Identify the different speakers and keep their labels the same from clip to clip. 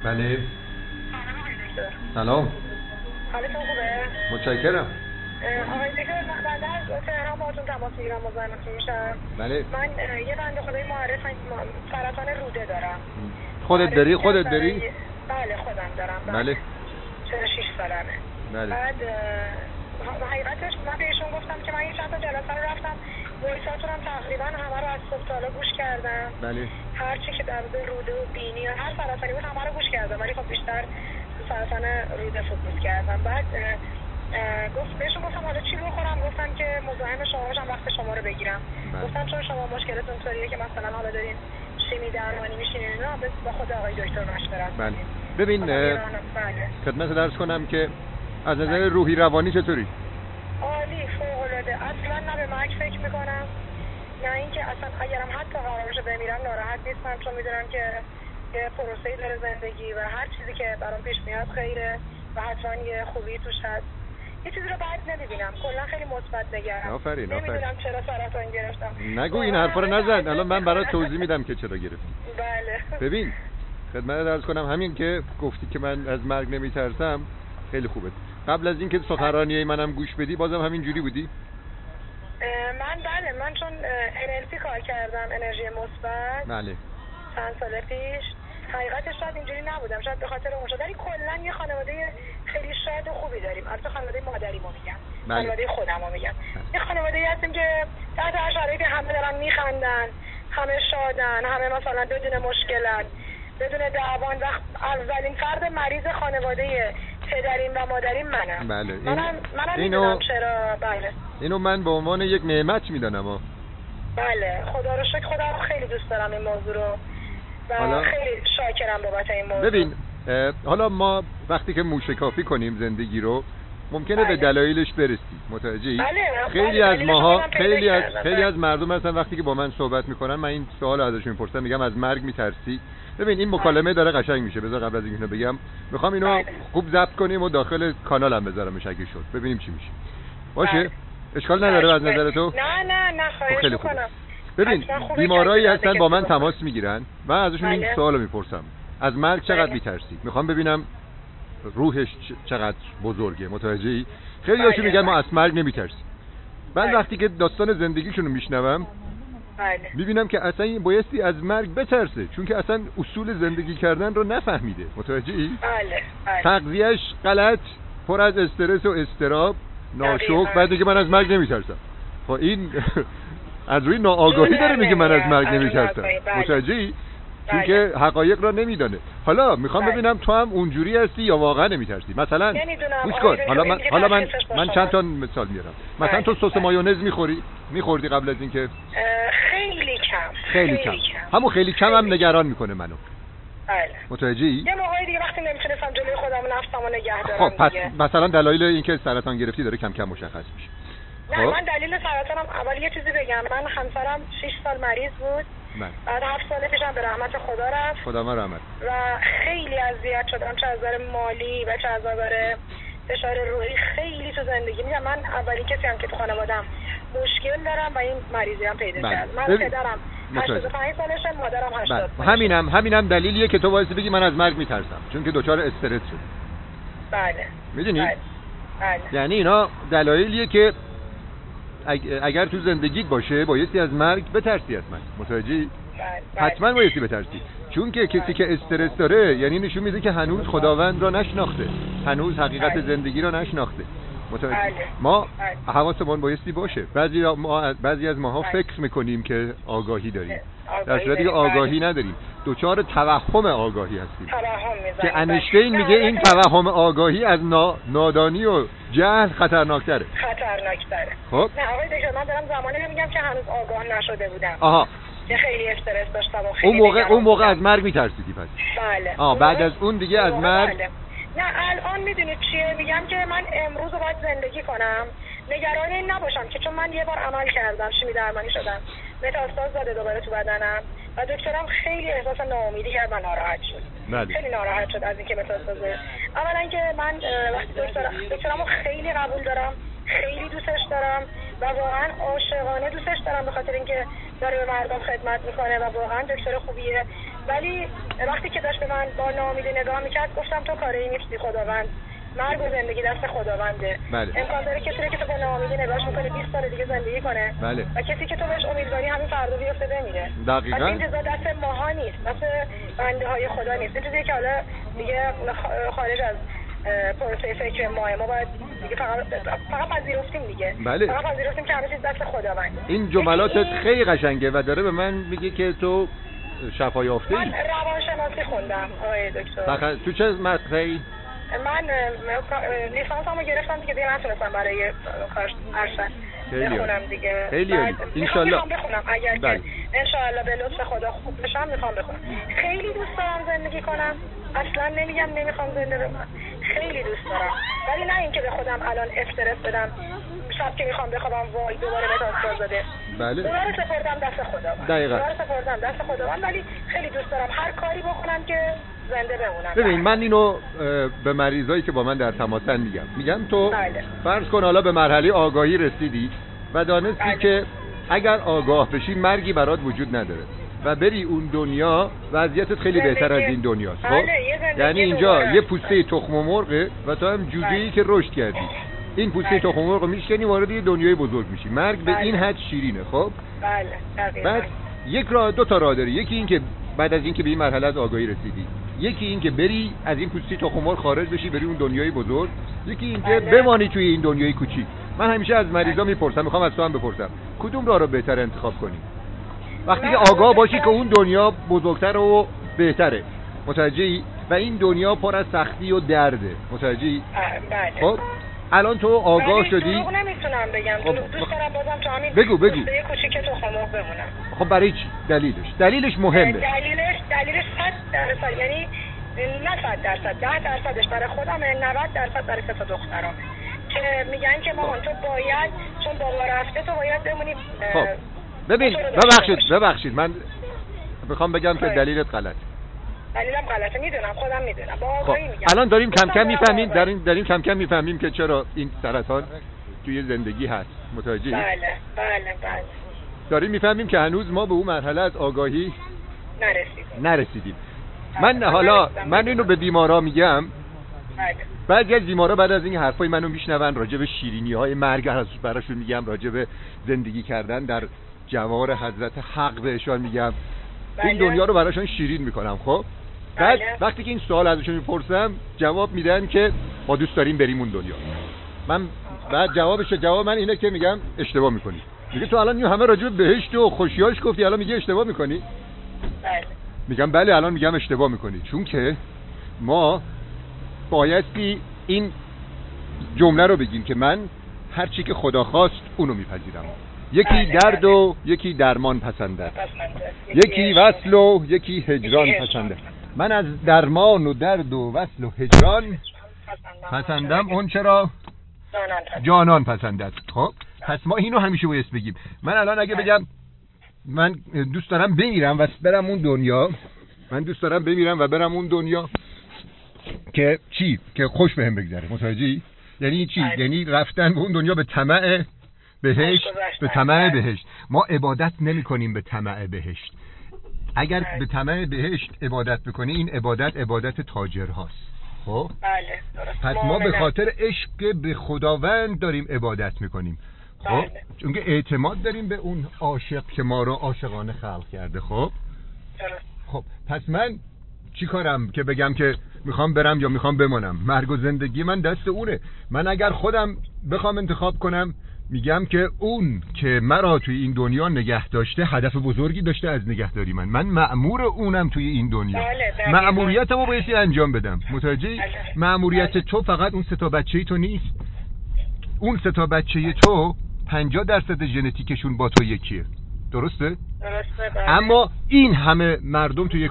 Speaker 1: بله. سلام.
Speaker 2: حالتون خوبه؟
Speaker 1: متشکرم.
Speaker 2: آقای دکتر، من بعد از تهران باهاتون تماس میگیرم، مزاحمتون میشم.
Speaker 1: بله.
Speaker 2: من یه بنده خدای معرف سرطان روده دارم.
Speaker 1: خودت داری؟
Speaker 2: بله خودم دارم.
Speaker 1: بله.
Speaker 2: 46 سالمه.
Speaker 1: بله.
Speaker 2: بعد حقیقتش من بهشون گفتم که من یه چند تا جلسه رو رفتم، وایساتون هم تقریبا همه رو از صبح تا حالا گوش کردم.
Speaker 1: بله.
Speaker 2: هر چی که در مورد روده و بینی و هر سرطانی بود همه رو گوش کردم، ولی خب بیشتر سرطان روده فوکوس کردم. بعد بهشون گفتم حالا چی بخورم، گفتن که مزاحم شما باشم وقت شما رو بگیرم. گفتم چون شما مشکلتون طوریه که مثلا حالا دارین شیمی درمانی میشینین اینا، با خود آقای دکتر مشورت کنید.
Speaker 1: بله. ببین خدمت عرض کنم که از نظر روحی روانی چطوری؟
Speaker 2: عالی، فوق العاده. اصلا نه به مرگ فکر میکنم، نه اینکه اصلا اگرم حتی قرار بشه بمیرم ناراحت نیستم، چون میدونم که یه پروسه‌ای داره زندگی و هر چیزی که برام پیش میاد خیره و حتما یه خوبی توش هست. یه چیزی رو بد نمیبینم، کلا خیلی مثبت نگرم.
Speaker 1: آفرین.
Speaker 2: نمیدونم چرا سرطان گرفتم.
Speaker 1: نگو این حرفا رو نزن، الان من برات توضیح میدم که چرا گرفتی.
Speaker 2: بله.
Speaker 1: ببین خدمت عرض کنم، همین که گفتی که من از مرگ نمیترسم خیلی خوبه. قبل از اینکه سخنرانی منم گوش بدی بازم همین جوری بودی؟
Speaker 2: من چون NLP کار کردم، انرژی مثبت.
Speaker 1: بله.
Speaker 2: چند سال پیش حقیقتش شاید اینجوری نبودم، شاید به خاطر اون شد، ولی کلا یه خانواده خیلی شاد و خوبی داریم. البته خانواده مادریمو میگم.
Speaker 1: بله.
Speaker 2: خانواده خودمو میگم. یه خانواده‌ای هستیم که تحت هر شرایطی همه دارن میخندن، همه شادن، همه مثلا بدون مشکلن، بدون دعوان. و اولین فرد مریض خانواده پدریم و مادریم منم.
Speaker 1: بله.
Speaker 2: منم میدونم چرا. بله.
Speaker 1: اینو من به عنوان یک نعمت میدانم.
Speaker 2: بله، خدا رو شکر، خدا رو خیلی دوست دارم این موضوع رو و خیلی شاکرم بابت این موضوع.
Speaker 1: ببین حالا ما وقتی که موشکافی کنیم زندگی رو ممکنه
Speaker 2: بله.
Speaker 1: به دلایلش برسیم، متوجهی؟
Speaker 2: بله.
Speaker 1: خیلی از ماها خیلی از مردم هستن وقتی که با من صحبت میکنن من این سوال ازشون میپرسم، میگم از مرگ میترسی؟ ببین این مکالمه داره قشنگ میشه، بذار قبل از اینکه بگم میخوام اینو خوب ضبط کنیم و داخل کانالم بذارمش اگه شد، ببینیم چی میشه. باشه؟ اشکال نداره از نظر تو؟
Speaker 2: نه خواهش میکنم.
Speaker 1: ببین بیمارایی هستن با من تماس میگیرن و ازشون این سوالو میپرسم، از مرگ چقدر میترسی؟ میخوام ببینم روحش چقدر بزرگه، متوجهی؟ خیلی هاشون میگن ما از مرگ نمیترسیم. بعد وقتی که داستان زندگیشون رو میشنوم میبینم که اصلا این بایستی از مرگ بترسه، چون که اصلا اصول زندگی کردن رو نفهمیده، متوجهی؟ تغذیه‌اش غلط، پر از استرس و اضطراب، ناشکر، بعد میگه من از مرگ نمیترسم. خب این از روی ناآگاهی داره میگه من از مرگ نمیترسم، متوجهی؟ چون که حقایق را نمیدانه. حالا میخوام ببینم تو هم اونجوری هستی یا واقعا نمیترسی. مثلا گوش کن، حالا من چند تا مثال میارم. مثلا تو سس مایونز میخوردی قبل از اینکه؟ خیلی کم. همون خیلی کم هم نگران میکنه منو.
Speaker 2: بله.
Speaker 1: متوجهی؟
Speaker 2: یه موقعی دیگه وقتی نمیتونستم جلوی خودم نفسمو نگه دارم.
Speaker 1: خب پس مثلا دلایل اینکه سرطان گرفتی داره کم کم مشخص میشه.
Speaker 2: نه من دلیل سرطانم اول یه چیزی بگم، من همسرم 6 سال مریض بود. بعد 7 سال پیشم به رحمت خدا رفت.
Speaker 1: خدا ما رحمت.
Speaker 2: و خیلی اذیت شدم، چه از نظر مالی و چه از نظر فشار روحی خیلی تو زندگی. میگم من اولین کسی هم که تو خانواده‌ام مشکل دارم و این مریضی هم پیدا کرد. من پدرم 85 سالشه، مادرم 80 سالشه.
Speaker 1: همینم دلیلیه که تو واسه بگی من از مرگ میترسم، چون که دچار استرس شدی.
Speaker 2: بله.
Speaker 1: میدونی؟
Speaker 2: بله.
Speaker 1: یعنی اینا دلایلیه که اگر تو زندگیت باشه بایستی از مرگ بترسی حتما، متوجهی؟ حتما بایستی بترسی، چون که کسی که استرس داره یعنی نشون میده که هنوز خداوند را نشناخته، هنوز حقیقت زندگی را نشناخته، متوجه؟ ما حواسمون بایستی باشه. بعضی از ماها فکر میکنیم که آگاهی داریم، در صورتی که آگاهی نداریم، دوچار توهم آگاهی هستیم که انیشتین میگه این توهم آگاهی از نادانی و جهل خطرناکتره.
Speaker 2: خب نه آقای دکتر، من دارم زمانی میگم که هنوز آگاه نشده بودم. که خیلی استرس داشتم و خیلی
Speaker 1: اون موقع از مرگ میترسیدی پس؟
Speaker 2: بله.
Speaker 1: بعد از اون دیگه از مرگ؟
Speaker 2: بله. نه الان میدونید چیه میگم که من امروز رو باید زندگی کنم، نگران این نباشم که چون من یه بار عمل کردم، شیمی درمانی شدم، متاستاز زده دوباره تو بدنم و دکترم خیلی احساس ناامیدی کرد و ناراحت شد. خیلی ناراحت شد از اینکه متاستازه. اولا که من وقتی دکترمو خیلی قبول دارم، خیلی دوستش دارم و واقعا عاشقانه دوستش دارم، به خاطر اینکه داره به مردم خدمت میکنه و واقعا دکتر خوبیه ولی وقتی که داشت به من با ناامیدی نگاه میکرد گفتم تو کاری نیستی، خداوند، مرگ و زندگی دست خداونده.
Speaker 1: بله.
Speaker 2: امکان داره کسی که تو با ناامیدی نگاهش میکنی 20 سال دیگه زندگی کنه.
Speaker 1: بله.
Speaker 2: و کسی که تو بهش امیدواری همین فردا بیفته بمیره.
Speaker 1: دقیقاً.
Speaker 2: این چیزا دست ماها نیست، دست بنده های خدا نیست. این چیزی که حالا دیگه خارج از پروسه فکر ما باید دیگه فقط پذیرفتیم دیگه.
Speaker 1: بله.
Speaker 2: فقط پذیرفتیم که همه چیز دست خداونده.
Speaker 1: این جملاتت خیلی قشنگه و داره به من میگه که تو شفا یافته‌ای.
Speaker 2: من روانشناسی خوندم آقای دکتر.
Speaker 1: تو چه مقطعی؟
Speaker 2: من لیسانسمو گرفتم دیگه نتونستم برای کار ارشد بخونم دیگه.
Speaker 1: خیلی عالی. انشالله
Speaker 2: بخونم اگر که انشالله به لطف خدا خوب بشم میخوام بخونم. خیلی دوست دارم زندگی کنم، اصلا نمیگم نمیخوام زنده بمونم، خیلی دوست دارم، ولی نه اینکه به خودم الان استرس بدم شب که میخوام بخوابم وای دوباره متاسفانه زده.
Speaker 1: بله.
Speaker 2: دوباره سپردم دست خداوند.
Speaker 1: دقیقاً.
Speaker 2: دوباره سپردم دست خداوند، ولی خیلی دوست دارم هر کاری بکنم که زنده بمونم.
Speaker 1: ببین من اینو به مریضایی که با من در تماسن میگم تو
Speaker 2: بله.
Speaker 1: فرض کن حالا به مرحله آگاهی رسیدی و دانستی
Speaker 2: بله.
Speaker 1: که اگر آگاه بشی مرگی برات وجود نداره و بری اون دنیا وضعیتت خیلی بهتر از این دنیاست. خب یعنی اینجا یه پوسته تخم مرغه و تو هم جوجه‌ای که رشد کردی. این پوسته تخم مرغ رو میشکنی وارد یه دنیای بزرگ میشی. مرگ به این حد شیرینه. خب
Speaker 2: بله.
Speaker 1: بعد یک راه، دو تا راه داری. یکی این که بعد از اینکه به این مرحله از آگاهی رسیدی، یکی این که بری از این پوسته تخم مرغ خارج بشی بری اون دنیای بزرگ، یکی این که بمانی توی این دنیای کوچیک. من همیشه از مریضا میپرسم، میخوام از تو هم بپرسم کدوم راه رو بهتر انتخاب کنی؟ وقتی که آگاه باشی که اون دنیا بزرگتر و بهتره، متوجهی؟ و این دنیا پر از سختی و درده، متوجهی؟
Speaker 2: بله.
Speaker 1: خب الان تو آگاه شدی.
Speaker 2: دروغ نمیتونم بگم. دوست دارم بازم تو همین
Speaker 1: بگو.
Speaker 2: پوسته کوچیک تخم مرغ بمونم.
Speaker 1: خب برای چی؟ دلیلش مهمه.
Speaker 2: دلیلش 100%، یعنی نه 100%، 10%ش برای خودمه، 90% برای 3 تا دخترامه که میگن که مامان تو باید، چون بابا رفته تو باید بمونی.
Speaker 1: خب ببین ببخشید من میخوام بگم که دلیلت غلط.
Speaker 2: دلیلم غلطه، میدونم، خودم میدونم، با
Speaker 1: خب
Speaker 2: آگاهی میگم.
Speaker 1: الان داریم کم کم میفهمیم که چرا این سرطان توی زندگی هست، متوجهی؟
Speaker 2: بله.
Speaker 1: داریم میفهمیم که هنوز ما به اون مرحله از آگاهی نرسیدیم. من اینو به بیمارا میگم. بعضی از بیمارا بعد از این حرفای منو میشنون راجع به شیرینی‌های مرگ براشون میگم، راجع به زندگی کردن در جوار حضرت حق بهشون میگم. این دنیا رو براشون شیرین میکنم. خب بعد وقتی که این سوال ازشون میپرسم جواب میدن که ما دوست داریم بریم اون دنیا. من بعد جواب من اینه که میگم اشتباه میکنی. میگه تو الان همه راجع به بهشت و خوشیاش گفتی، الان میگه اشتباه میکنی؟ میگم بله الان میگم اشتباه میکنی، چون که ما بایستی این جمله رو بگیم که من هر چی که خدا خواست اونو میپذیرم. یکی درد و یکی درمان پسنده، یکی وصل و یکی هجران پسنده. من از درمان و درد و وصل و هجران پسندم اون چرا جانان پسنده است. خب پس ما اینو همیشه باید بگیم. من الان اگه بگم من دوست دارم بمیرم و برم اون دنیا، من دوست دارم بمیرم و برم اون دنیا که چی؟ که خوش بهم بگذره، متوجهی؟ یعنی چی؟ یعنی رفتن به اون دنیا به طمع بهشت، به طمع بهشت. ما عبادت نمی کنیم به طمع بهشت. اگر به طمع بهشت عبادت بکنی این عبادت تاجر هاست. خب پس ما به خاطر عشق به خداوند داریم عبادت میکنیم. خب چون که اعتماد داریم به اون عاشق که ما رو عاشقانه خلق کرده. خب پس من چی کارم که بگم که میخوام برم یا میخوام بمانم؟ مرگ و زندگی من دست اونه. من اگر خودم بخوام انتخاب کنم میگم که اون که مرا توی این دنیا نگه داشته هدف بزرگی داشته از نگهداری من مأمور اونم توی این دنیا. مأموریتمو بایستی انجام بدم، متوجهی؟ مأموریت تو فقط اون 3 تا بچه‌ی تو نیست. اون 3 تا بچه‌ی تو 50% ژنتیکشون با تو یکیه، درسته؟ اما این همه مردم توی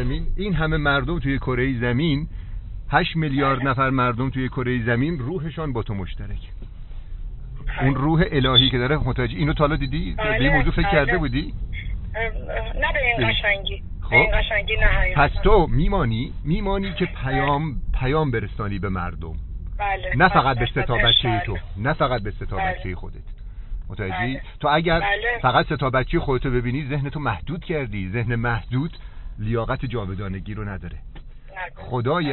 Speaker 1: کره زمین 8 میلیارد نفر مردم توی کره زمین روحشان با تو مشترک. اون روح الهی که داره، متوجه اینو تا حالا دیدی؟ به این موضوع فکر کرده بودی؟
Speaker 2: نه به این قشنگی.
Speaker 1: خب پس تو میمانی که پیام برسانی به مردم. نه فقط به 3 تا بچه تو، نه فقط به 3 تا بچه خودت، متوجهی؟ تو اگر فقط 3 تا بچه خودتو ببینی ذهنتو محدود کردی. ذهن محدود لیاقت جاودانگی رو نداره. خدای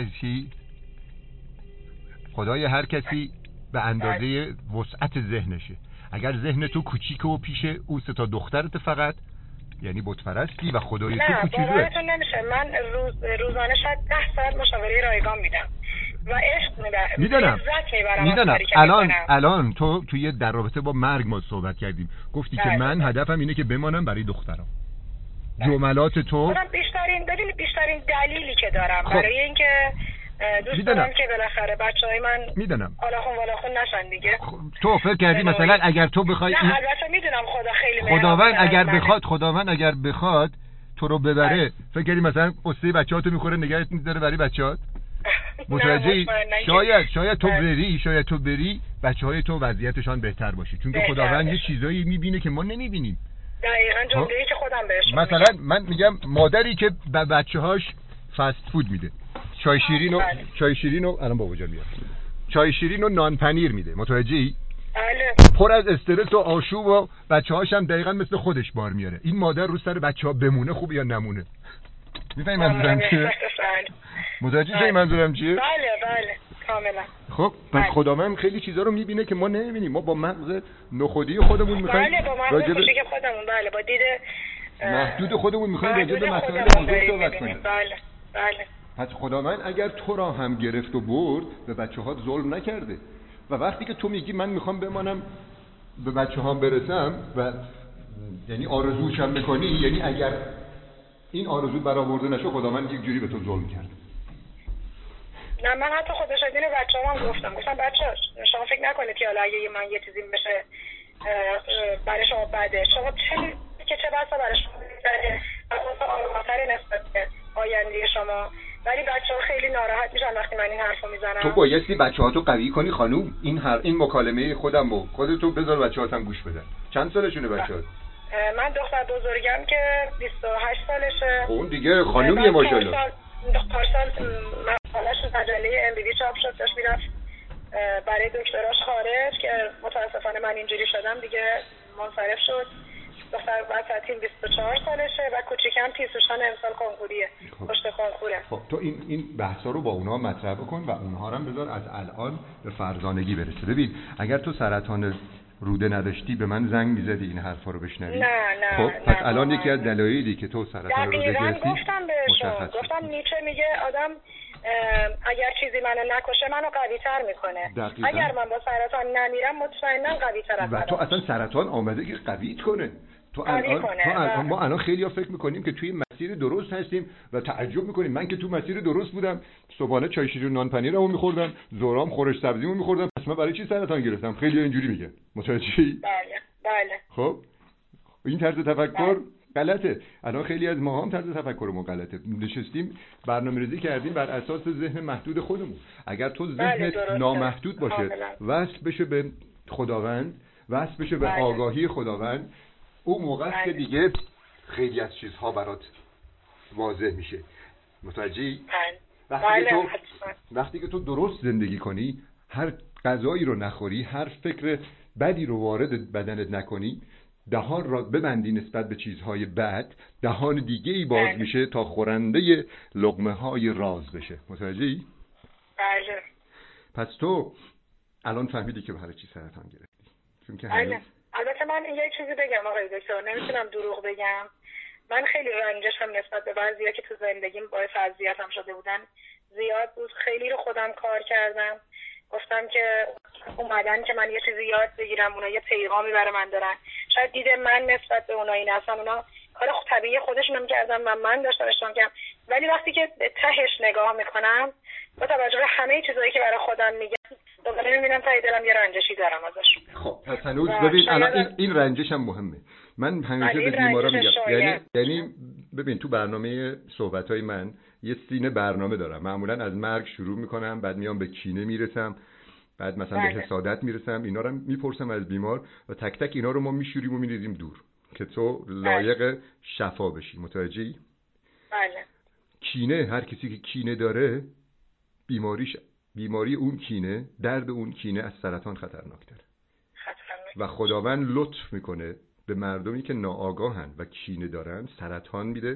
Speaker 1: هر کسی به اندازه وسعت ذهنشه. اگر ذهن تو کوچیکه و پیش او 3 تا دخترت فقط، یعنی بت‌پرستی و خدای تو کوچیکه.
Speaker 2: نه باورتون نمیشه، من روزانه شاید 10 ساعت مشاوره رایگان میدم و عشق میبرم.
Speaker 1: میدونم. الان تو توی در رابطه با مرگ ما صحبت کردیم، گفتی که من هدفم اینه که بمانم برای دخترم. جملات تو
Speaker 2: بیشترین دلیلی که دارم برای اینکه دوست دارم که بالاخره بچهای من آلاخون والاخون نشن دیگه.
Speaker 1: تو فکر کردی مثلا اگر تو بخوای
Speaker 2: نه البته میدونم خدا خیلی
Speaker 1: خداوند اگر بخواد تو رو ببره، فکر کردی مثلا قصه بچه‌هاتو میخوره نگهت می‌داره برای بچه‌هات؟ متوجهی؟ شاید تو بری بچه‌های تو وضعیتشان بهتر باشه، چون که خداوند یه چیزایی می‌بینه که ما نمی‌بینیم.
Speaker 2: دقیقاً جمله‌ای که خودم بهش
Speaker 1: مثلا من میگم مادری که به بچه‌هاش فست فود میده، چای شیرین و الان بابا جان میاد، چای شیرین و نان پنیر میده، متوجهی؟
Speaker 2: بله.
Speaker 1: پر از استرس و آشوب و بچه‌هاش هم دقیقاً مثل خودش بار میاره. این مادر رو سر بچه‌ها بمونه خوب یا نمونه؟ میفهمی منظورم چیه؟ متوجه منظورم چیه؟
Speaker 2: بله کاملا.
Speaker 1: خب پس خداوند خیلی چیزا رو میبینه که ما نمیبینیم. ما با مغز نخودی خودمون میخوایم
Speaker 2: با مغز کوچیک خودمون با دید
Speaker 1: محدود خودمون میخوایم راجع به مسائل بزرگ صحبت کنیم.
Speaker 2: بله.
Speaker 1: پس خداوند اگر تو را هم گرفت و برد به بچه‌هات ظلم نکرده. و وقتی که تو میگی من میخوام بمانم به بچه‌هام برسم و یعنی آرزوشم میکنی، یعنی اگر این آرزو برآورده نشه خداوند یک جوری به تو ظلم کرده.
Speaker 2: نه من حتی خود شدین بچه‌هام گفتم بچه‌ها شما فکر نکنید که حالا اگه من یه چیزی بشه برای شما بده، شما چه بسا برای شما بده اصلا آرام‌تر نسبت به آینده شما. ولی بچه‌ها خیلی ناراحت میشن وقتی من این حرفو میزنم.
Speaker 1: تو بایستی بچه‌هاتو قوی کنی خانوم. این مکالمه خودمو خودتو بذار بچه‌هاتم گوش بدن. چند سالشونه بچه‌هات؟
Speaker 2: من دختر بزرگم که 28 سالشه.
Speaker 1: اون دیگه خانومیه ماشاءالله.
Speaker 2: پارسال مقاله‌اش تو مجله MBB چاپ شد، داشت میرفت برای دکتراش خارج که متاسفانه من اینجوری شدم دیگه منصرف شد. دختر وسطیم 24 سالشه و کوچیکم تیزهوشان امسال کنکوریه، پشت کنکوره.
Speaker 1: خب تو این بحثا رو با اونها مطرح بکن و اونها رو هم بذار از الان به فرزانگی برسه. ببین اگر تو سرطان روده نداشتی به من زنگ میزدی این حرفا رو بشنوی؟
Speaker 2: نه
Speaker 1: خب پس الان یکی از دلایلی که تو سرطان روده گرفتی
Speaker 2: گفتم نیچه میگه آدم اگر چیزی منو نکشه منو قوی تر میکنه. اگر من با سرطان نمیرم مطمئنا قوی تر از
Speaker 1: و تو اصلا سرطان آمده که قویت کنه. تو الان ما الان خیلی‌ها فکر می‌کنیم که توی مسیر درست هستیم و تعجب می‌کنیم. من که تو مسیر درست بودم، صبحانه چای شیرین و نان پنیرمو می‌خوردم، ظهرام خورش سبزیمو می‌خوردم، پس من برای چی سرطان گرفتم؟ خیلی‌ها اینجوری میگن. متوجهی؟
Speaker 2: بله.
Speaker 1: خب این طرز تفکر غلطه. الان خیلی از ما هم طرز تفکرمون غلطه. نشستیم برنامه‌ریزی کردیم بر اساس ذهن محدود خودمون. اگر تو ذهنت نامحدود باشه، وصل بشه به خداوند، وصل بشه به آگاهی خداوند، اون موقع است که دیگه خیلی از چیزها برات واضح میشه. متوجهی؟ وقتی که تو درست زندگی کنی، هر غذایی رو نخوری، هر فکر بدی رو وارد بدنت نکنی، دهان را ببندی نسبت به چیزهای بد، دهان دیگه ای باز میشه تا خورنده لقمه های راز بشه. متوجهی؟
Speaker 2: بله.
Speaker 1: پس تو الان فهمیدی که برای چی سرطان گرفتی. چون که
Speaker 2: البته من یک چیزی بگم آقای دکتر، نمیتونم دروغ بگم. من خیلی رنجشم نسبت به بعضیا که تو زندگیم باعث اذیتم شده بودن زیاد بود. خیلی رو خودم کار کردم. گفتم که اومدن که من یه چیزی یاد بگیرم، اونا یه پیغامی برای من دارن. شاید دید من نسبت به اونا این اصلا اونا کار طبیعی خودشون هم کردن و من داشتم اشتباه کردم. ولی وقتی که تهش نگاه میکنم با توجه به همه چیزایی که برای خودم میگم دوباره میبینم ته دلم یه رنجشی دارم ازش.
Speaker 1: خب پس هنوز ببین الان این رنجش هم مهمه. من همیشه به بیمارا میگم یعنی ببین تو برنامه صحبت‌های من یه سینه برنامه دارم. معمولا از مرگ شروع میکنم، بعد میام به کینه میرسم، بعد مثلا به حسادت میرسم. اینا رو میپرسم از بیمار و تک تک اینا رو ما میشوریم و میریزیم دور که تو لایق شفا بشی. متوجهی؟
Speaker 2: بله.
Speaker 1: کینه، هر کسی که کینه داره بیماری اون کینه، درد اون کینه از سرطان خطرناک‌تره. و خداوند لطف میکنه به مردمی که ناآگاهن و کینه دارن، سرطان میده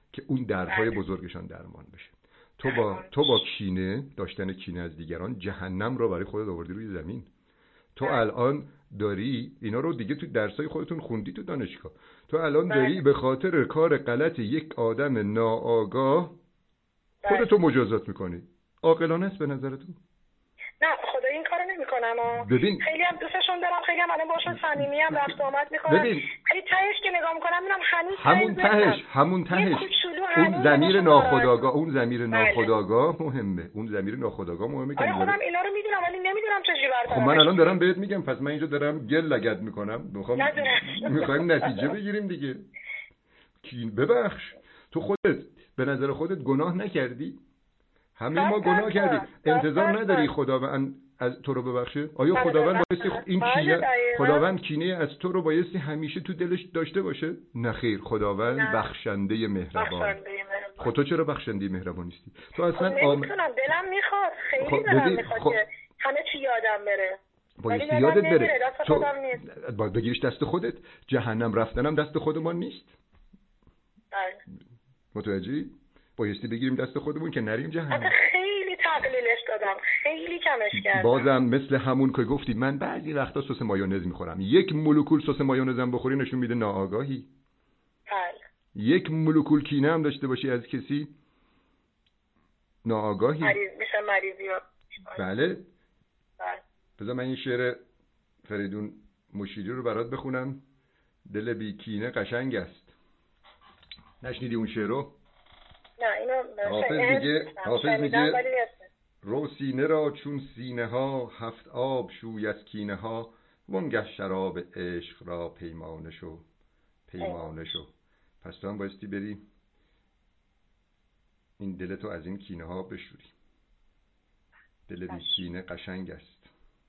Speaker 1: که اون دردهای بزرگشان درمان بشه. تو با کینه، داشتن کینه از دیگران، جهنم رو برای خودت آوردی روی زمین. تو الان داری اینا رو دیگه تو درسای خودتون خوندی تو دانشگاه، تو الان داری به خاطر کار غلط یک آدم ناآگاه خودتو مجازات میکنی. عاقلانه است به نظرتون؟
Speaker 2: نه خدا این کارو نمیکنم.
Speaker 1: ببین
Speaker 2: خیلی هم دوستشون دارم، خیلی هم الان باشون صمیمی ام، رفت و آمد میکنم.
Speaker 1: ببین
Speaker 2: خیلی تهش که نگاه میکنم میبینم
Speaker 1: همون تهش اون ضمیر ناخودآگاه مهمه. اون ضمیر ناخودآگاه مهمه که
Speaker 2: خودم اینا رو میدونم ولی نمیدونم چجوری برکنم.
Speaker 1: خب من الان دارم بهت میگم، پس من اینجا دارم گل لگد میکنم. میخوایم نتیجه بگیریم دیگه. ببخش، تو خودت به نظر خودت گناه نکردی؟ همه ما گناه کردیم. انتظار نداری خداوند از تو رو ببخشه؟ آیا خداوند بایستی این کینه، خداوند کینه از تو رو بایستی همیشه تو دلش داشته باشه؟ نه خیر، خداوند بخشنده مهربان. خب تو چرا بخشنده مهربان نیستی؟ تو اصلا
Speaker 2: نمیتونم، دلم میخواد، خیلی دلم میخواد که همه چی یادم بره.
Speaker 1: بایستی یادت بره. تو باید بگیریش دست خودت. جهنم رفتنم دست خودمان نیست. متوجهی؟ بایستی بگیریم دست خودمون که نریم جهنم.
Speaker 2: خیلی تقلیلش دادم، خیلی کمش کردم.
Speaker 1: بازم مثل همون که گفتی من بعضی وقتا سس مایونز میخورم. یک مولکول سس مایونزم بخوری نشون میده ناآگاهی.
Speaker 2: بله.
Speaker 1: یک مولکول کینه هم داشته باشی از کسی، ناآگاهی.
Speaker 2: میشه مریضی.
Speaker 1: بله. بذار من این شعر فریدون مشیری رو برات بخونم. دل بی کینه قشنگ است. نشنیدی اون شعر رو؟
Speaker 2: نه اینو
Speaker 1: حافظ میگه رو سینه را چون سینه ها، هفت آب شوی از کینه ها، وانگه شراب عشق را پیمانه شو. پس تو هم بایستی بری این دلتو از این کینه ها بشوری. دل بی کینه قشنگ است.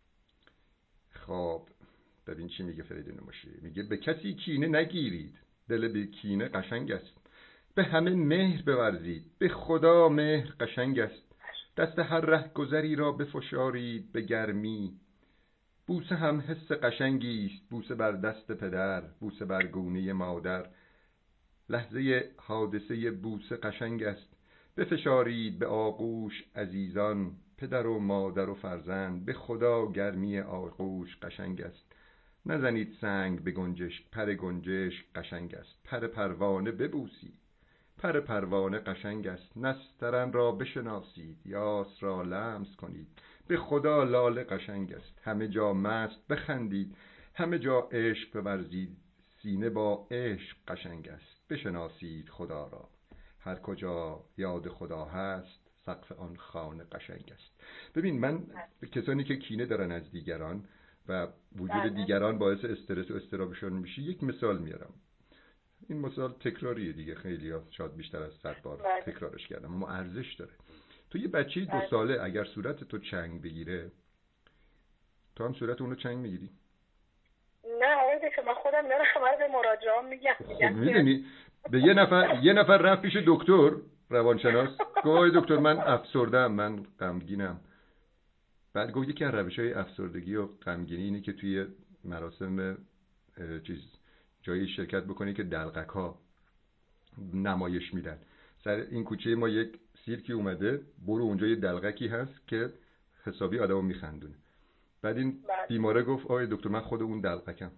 Speaker 1: خب ببین چی میگه فریدون مشیری. میگه به کسی کینه نگیرید، دل بی کینه قشنگ است. به همه مهر بورزید، به خدا مهر قشنگ است. دست هر ره گذری را بفشارید به گرمی. بوسه هم حس قشنگی است، بوسه بر دست پدر، بوسه بر گونه مادر. لحظه حادثه بوسه قشنگ است. بفشارید به آغوش عزیزان، پدر و مادر و فرزند. به خدا گرمی آغوش قشنگ است. نزنید سنگ به گنجشک، پر گنجشک قشنگ است. پر پروانه ببوسید، پر پروانه قشنگ است. نسترن را بشناسید، یاس را لمس کنید. به خدا لاله قشنگ است. همه جا مست بخندید، همه جا عشق بورزید. سینه با عشق قشنگ است. بشناسید خدا را، هر کجا یاد خدا هست، سقف آن خانه قشنگ است. ببین من کسانی که کینه دارن از دیگران و وجود دیگران باعث استرس و اضطرابشون میشه، یک مثال میارم. این مثال تکراریه دیگه، خیلی ها شاید بیشتر از 100 بار تکرارش کردم، اما ارزش داره. تو یه بچه 2 ساله اگر صورت تو چنگ بگیره، تو هم صورت اونو چنگ میگیری؟
Speaker 2: نه آقای دکتر، من خودم دارم همه به مراجعان میگم.
Speaker 1: خب میدونی به یه نفر رفت پیش دکتر روانشناس، گفت آقای دکتر من افسردم، من غمگینم. بعد گفت یکی از روش‌های افسردگی و غمگینی اینه که توی مراسم جایی شرکت بکنی که دلقک‌ها نمایش میدن. سر این کوچه ما یک سیرکی اومده، برو اونجا یه دلقکی هست که حسابی آدمو میخندونه. بعد این بیماره گفت آقای دکتر من خود اون دلقکم.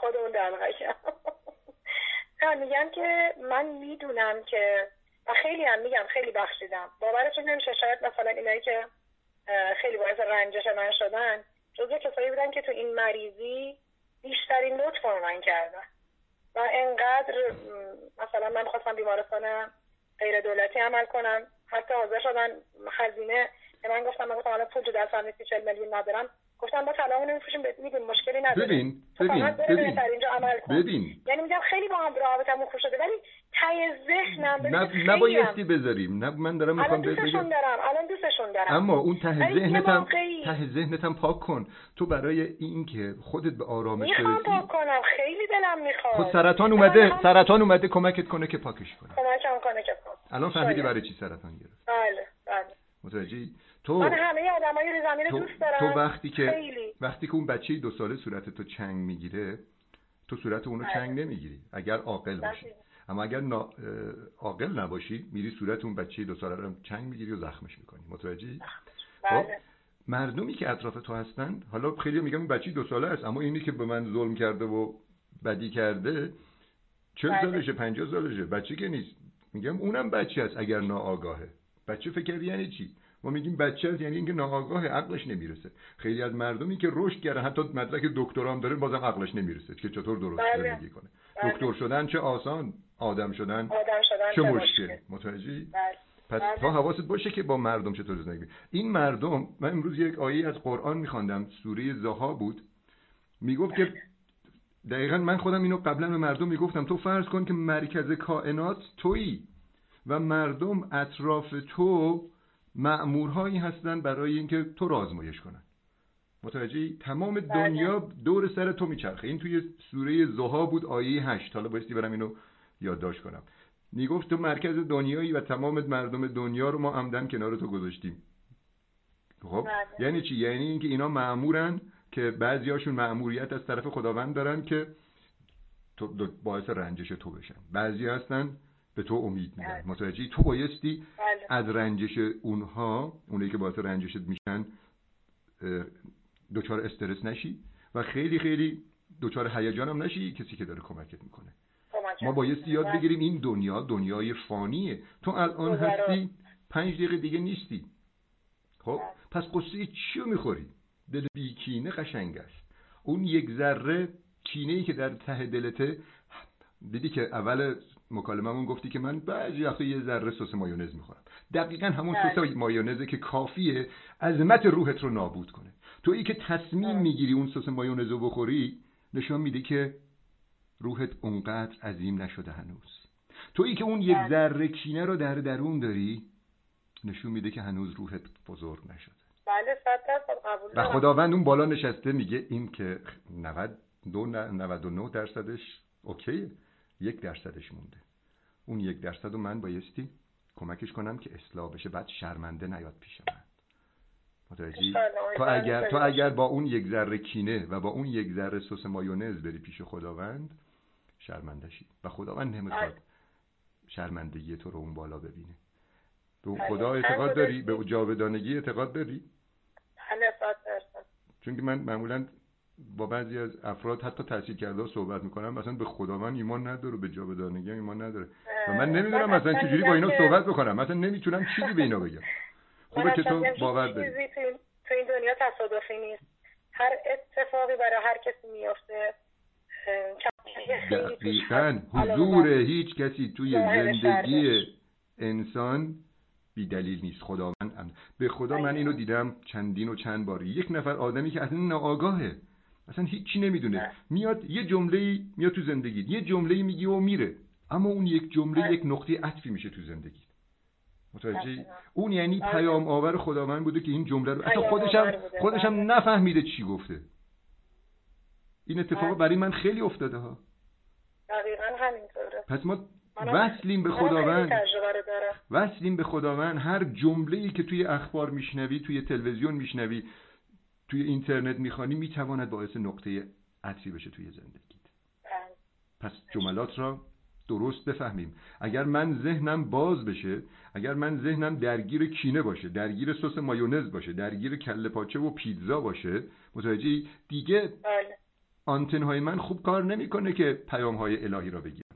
Speaker 2: میگم که من میدونم که و خیلی هم میگم خیلی بخشیدم. باورتون نمیشه شاید مثلا اینایی که خیلی باعث رنجش من شدن جزو کسایی بودن که تو این مریضی بیشترین لطف رو من کردن و انقدر مثلا من خواستم بیمارستان غیر دولتی عمل کنم، حتی حاضر شدن هزینه من گفتم الان پول تو دستم نیست 40 میلیون ندارم، گفتم با طلاقمون میفروشیم بهت میدیم مشکلی نداره.
Speaker 1: ببین
Speaker 2: اینجا عمل کن. یعنی میگم خیلی با هم رابطمون خوب شده ولی ته ذهنم
Speaker 1: نبایستی بذاریم. من دارم میخوام
Speaker 2: الان دوستشون دارم
Speaker 1: اما اون ته ذهنتم پاک کن. تو برای این که خودت به آرامش برسی
Speaker 2: میخوام پاک کنم، خیلی دلم میخواد.
Speaker 1: خود سرطان اومده کمکت کنه که پاکش کنه.
Speaker 2: کمکم کنه که پاک.
Speaker 1: الان فهمیدی برای چی سرطان گرفت؟
Speaker 2: بله.
Speaker 1: متوجهی؟
Speaker 2: من همه آدمای روی زمین دوست دارم.
Speaker 1: تو وقتی که اون بچه 2 ساله صورت تو چنگ میگیره، تو صورت اونو چنگ نمیگیری اگر عاقل باشی. اما اگر عاقل نباشی میری صورت اون بچه 2 ساله رو چنگ میگیری و زخمش میکنی. متوجهی؟ خب مردمی که اطراف تو هستن، حالا خیلی میگم این بچه 2 ساله است، اما اینی که به من ظلم کرده و بدی کرده 40 سالشه 50 سالشه، بچه که نیست. میگم اونم بچه است اگر ناآگاهه. بچه فکر یعنی چی؟ ما میگیم بچه است یعنی اینکه ناآگاهه، عقلش نمیرسه. خیلی از مردمی که رشد کردن حتی مدرک دکترا هم داره بازم عقلش نمیرسه که چطور درست زندگی کنه. دکتر شدن چه آسان، آدم شدن چه مشکل. متوجهی؟ پس تا حواست باشه که با مردم چطور زندگی. این مردم، من امروز یک آیه از قرآن میخواندم، سوره ضحی بود، میگفت که دقیقاً من خودم اینو قبلا به مردم میگفتم، تو فرض کن که مرکز کائنات تویی و مردم اطراف تو مأمورهایی هستن برای اینکه تو را آزمایش کنن. متوجهی؟ تمام دنیا دور سر تو میچرخه. این توی سوره ضحی بود آیه 8. حالا بایستی برم اینو یادداشت کنم. میگفت تو مرکز دنیایی و تمام مردم دنیا رو ما عمدن کنار تو گذاشتیم. خب یعنی چی؟ یعنی اینکه اینا مأمورن که بعضیاشون مأموریت از طرف خداوند دارن که تو باعث رنجش تو بشن، بعضی هستن به تو امید میدن. متوجهی؟ تو بایستی از رنجش اونها، اونایی که باعث رنجشت میشن، دچار استرس نشی و خیلی خیلی دچار هیجان هم نشی کسی که داره کمکت میکنه. ما بایستی یاد بگیریم این دنیا دنیای فانیه. تو الان هستی، 5 دقیقه دیگه نیستی. خب پس قصه چیو میخوری؟ دل بی کینه قشنگ است. اون یک ذره کینه‌ای که در ته دلته، دیدی که اول مکالمه‌مون گفتی که من بعضی وقتا یه ذره سس مایونز میخورم. دقیقاً همون سس مایونزه که کافیه عظمت روحت رو نابود کنه. تویی که تصمیم میگیری اون سس مایونز رو بخوری، نشون میده که روحت اونقدر عظیم نشده هنوز. تویی که اون یک ذره کینه رو در درون داری، نشون میده که هنوز روحت بزرگ نشده.
Speaker 2: بله 100% قبول دارم.
Speaker 1: و خداوند اون بالا نشسته میگه این که 99% اوکیه، 1% مونده. اون 1% رو من بایستی کمکش کنم که اصلاح بشه، بعد شرمنده نیاد پیش من. متوجهی؟ تو اگر با اون 1 ذره کینه و با اون 1 ذره سس مایونز بری پیش خداوند، شرمنده شی و خداوند نمیخواد شرمندگی تو رو اون بالا ببینه. تو خدا اعتقاد داری؟ به جاودانگی اعتقاد داری؟
Speaker 2: بله 100%.
Speaker 1: چون که من معمولا با بعضی از افراد حتی تحصیل کرده صحبت میکنم، مثلا به خداوند ایمان نداره، به جاودانگی ایمان نداره و من نمیدونم مثلا چجوری با اینا صحبت بکنم، مثلا نمیتونم چیزی به اینا بگم. خوبه که تو باور داری.
Speaker 2: تو این دنیا تصادفی نیست. هر اتفاقی برای هر کسی میفته.
Speaker 1: دقیقاً حضور هیچ کسی توی زندگی انسان بی دلیل نیست. خداوند به خدا من اینو دیدم چندین و چند بار. یک نفر آدمی که اصلا ناآگاهه، اصلا هیچی نمیدونه، میاد یه جمله‌ای میاد تو زندگی، یه جمله‌ای میگه و میره، اما اون یک جمله یک نقطه عطفی میشه تو زندگی. متوجهی؟ اون یعنی پیام آور خداوند بوده که این جمله رو اصلا خودشم نفهمیده چی گفته. این اتفاق برای من خیلی افتاده ها.
Speaker 2: دقیقاً همینطوره.
Speaker 1: پس ما وصلیم به خداوند. هر جمله‌ای که توی اخبار میشنوی، توی تلویزیون میشنوی، توی اینترنت میخوانی، میتواند باعث نقطه عطفی بشه توی زندگیت. پس جملات را درست بفهمیم. اگر من ذهنم باز بشه، اگر من ذهنم درگیر کینه باشه، درگیر سس مایونز باشه، درگیر کله پاچه و پیتزا باشه، متوجهی؟ دیگه آنتن‌های من خوب کار نمیکنه که پیام‌های الهی را بگیرم.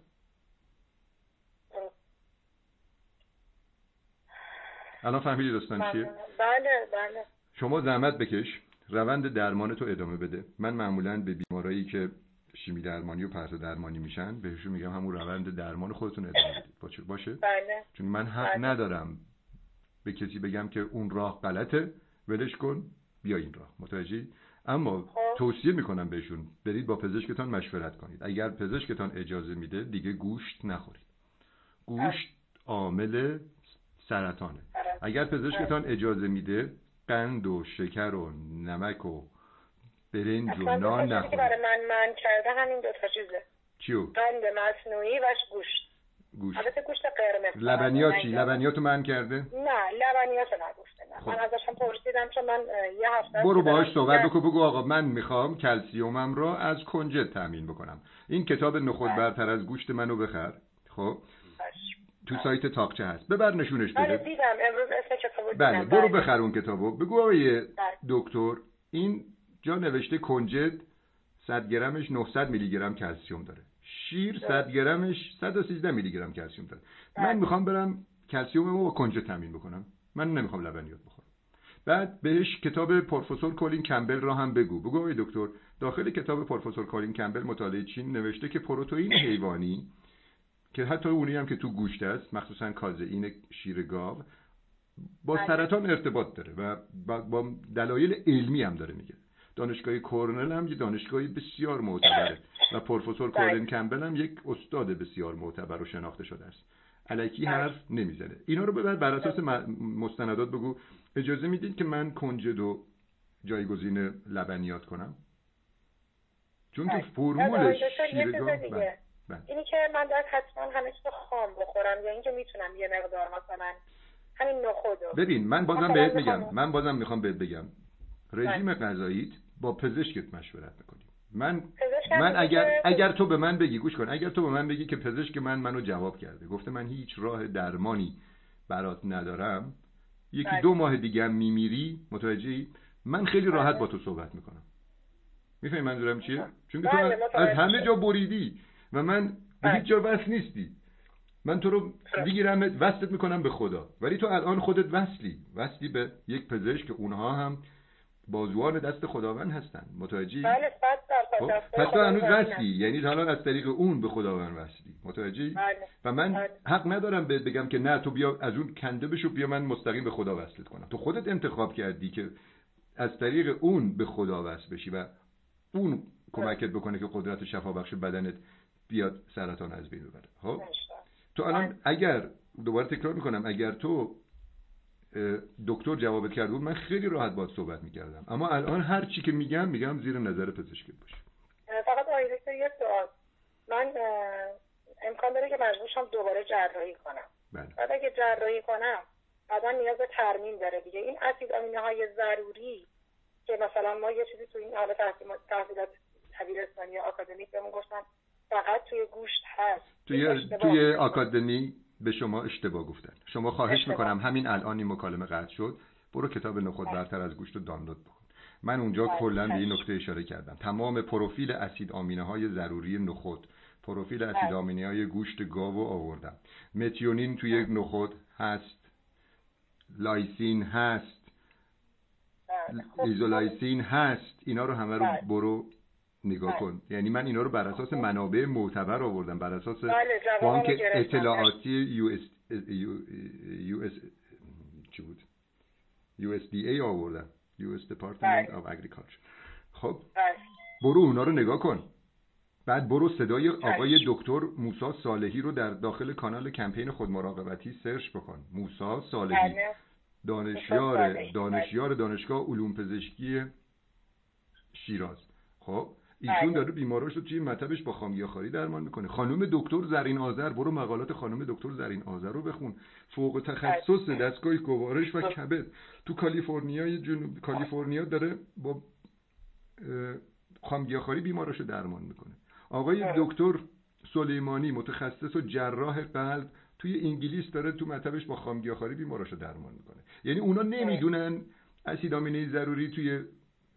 Speaker 1: الان فهمیدی داستان چیه؟
Speaker 2: بله.
Speaker 1: شما زحمت بکش، روند درمان تو ادامه بده. من معمولاً به بیمارایی که شیمی درمانی و پرتو درمانی میشن بهشون میگم همون روند درمان خودتون ادامه بدید. باشه؟
Speaker 2: بله.
Speaker 1: چون من حق ندارم به کسی بگم که اون راه غلطه، ولش کن، بیا این راه. متوجهی؟ اما توصیه میکنم بهشون برید با پزشکتان مشورت کنید. اگر پزشکتان اجازه میده دیگه گوشت نخورید. گوشت عامل سرطانه. اگر پزشکتان اجازه میده قند و شکر و نمک و برنج و نان نخورید.
Speaker 2: که برای من کرده همین 2 تا چیزه.
Speaker 1: چیو؟
Speaker 2: قند مصنوعی و گوشت. البته گوشت قرمز.
Speaker 1: لبنیات چی؟ لبنیاتو من کرده؟
Speaker 2: نه لبنیاتو نگفته. نه. من ازشون پرسیدم چون من یه هفته
Speaker 1: برو باهاش صحبت بگو آقا من میخوام کلسیومم را از کنجد تامین بکنم. این کتاب نخود برتر از گوشت منو بخر. خب تو سایت تاقچه هست، ببر نشونش بده.
Speaker 2: بله دیدم امروز اسم کتابو دیدم.
Speaker 1: بله برو بخر اون کتابو. بگو آقای دکتر این جا نوشته کنجد 100 گرمش 900 میلی گرم کلسیم داره، شیر 100 گرمش 113 میلی گرم کلسیم داره. من میخوام برم کلسیممو با کنجد تامین بکنم، من نمیخوام لبنیات بخورم. بعد بهش کتاب پروفسور کولین کمبل را هم بگو آقای دکتر داخل کتاب پروفسور کولین کمبل مطالعه چین نوشته که پروتئین حیوانی که حتی اونی هم که تو گوشت است، مخصوصا کازئین شیر گاو، با سرطان ارتباط داره و با دلایل علمی هم داره میگه. دانشگاه کورنل هم یه دانشگاه بسیار معتبره و پروفسور کولین کمبل هم یک استاد بسیار معتبر و شناخته شده است. الکی حرف نمیزنه. اینا رو ببر اساس مستندات بگو اجازه میدید که من کنجد و جایگزین لبنیات کنم؟ چون که فرمولش شیر گاو.
Speaker 2: اینی که من باید حتما همه چیز خام بخورم یا اینکه میتونم یه مقدار مثلا همین نخودو.
Speaker 1: ببین من بازم بهت میگم، من بازم میخوام بهت بگم رژیم غذاییت با پزشکت مشورت میکنی. من اگر تو به من بگی، گوش کن، اگر تو به من بگی که پزشک منو جواب کرده گفته من هیچ راه درمانی برات ندارم، یکی 2 ماه دیگه هم میمیری، متوجهی؟ من خیلی راحت با تو صحبت میکنم. میفهمی منظورم چیه؟ چون که تو از همه جا بریدی و من به هیچ جا وصل نیستی. من تو رو بگیرم وصلت میکنم به خدا، ولی تو الان خودت وصلی به یک پزشک که اونها هم بازوان دست خداوند هستن، متوجهی؟
Speaker 2: بله 100%.
Speaker 1: پس تو هنوز وصلی، یعنی حالا از طریق اون به خداوند وصلی، متوجهی؟ و من حق ندارم بهت بگم که نه تو بیا از اون کنده بشو بیا من مستقیم به خدا وصلت کنم. تو خودت انتخاب کردی که از طریق اون به خدا وصل بشی و اون کمکت بکنه که قدرت شفابخش بدنت بیاد سرطان از بین ببره. خب تو الان اگر دوباره تکرار میکنم، اگر تو دکتر جوابت کرده بود من خیلی راحت باهات صحبت میکردم، اما الان هر چی که میگم زیر نظر پزشکت باشه.
Speaker 2: فقط آقای دکتر یه سوال، من امکان داره که مجبور شم دوباره جراحی کنم.
Speaker 1: بله.
Speaker 2: بعد اگه جراحی کنم بعدا نیاز به ترمیم داره دیگه. این اسید آمینه‌های ضروری که مثلا ما یه چیزی تو این حالت تحصیلات دبیرستانی یا آکادمیک بهمون گفتن فقط توی گوشت هست.
Speaker 1: توی آکادمی به شما اشتباه گفتن. شما خواهش میکنم همین الان این مکالمه قطع شد، برو کتاب نخود برتر از گوشت رو دانلود بکن. من اونجا کلا به این نکته اشاره کردم. تمام پروفیل اسید آمینه‌های ضروری نخود، پروفیل اسید آمینه‌های گوشت گاو آوردم. متیونین توی نخود هست، لایسین هست، ایزولایسین هست، اینا رو همه رو برو نگاه کن. یعنی من اینا رو بر اساس منابع معتبر آوردم، بر اساس بانک اطلاعاتی USDA آوردم، US Department of Agriculture. خب برو اونا رو نگاه کن. بعد برو صدای آقای دکتر موسی صالحی رو در داخل کانال کمپین خودمراقبتی سرچ بکن. موسی صالحی، دانشیار دانشگاه علوم پزشکی شیراز. خب ایشون داره بیماراشو توی مطبش با خامگیاخواری درمان میکنه. خانم دکتر زرین آذر، برو مقالات خانم دکتر زرین آذر رو بخون. فوق تخصص دستگاه گوارش و کبد تو کالیفرنیا داره با خامگیاخواری بیماراشو درمان میکنه. آقای دکتر سلیمانی متخصص و جراح قلب توی انگلیس داره تو مطبش با خامگیاخواری بیماراشو درمان میکنه. یعنی اونا نمیدونن اسید آمینه ضروری توی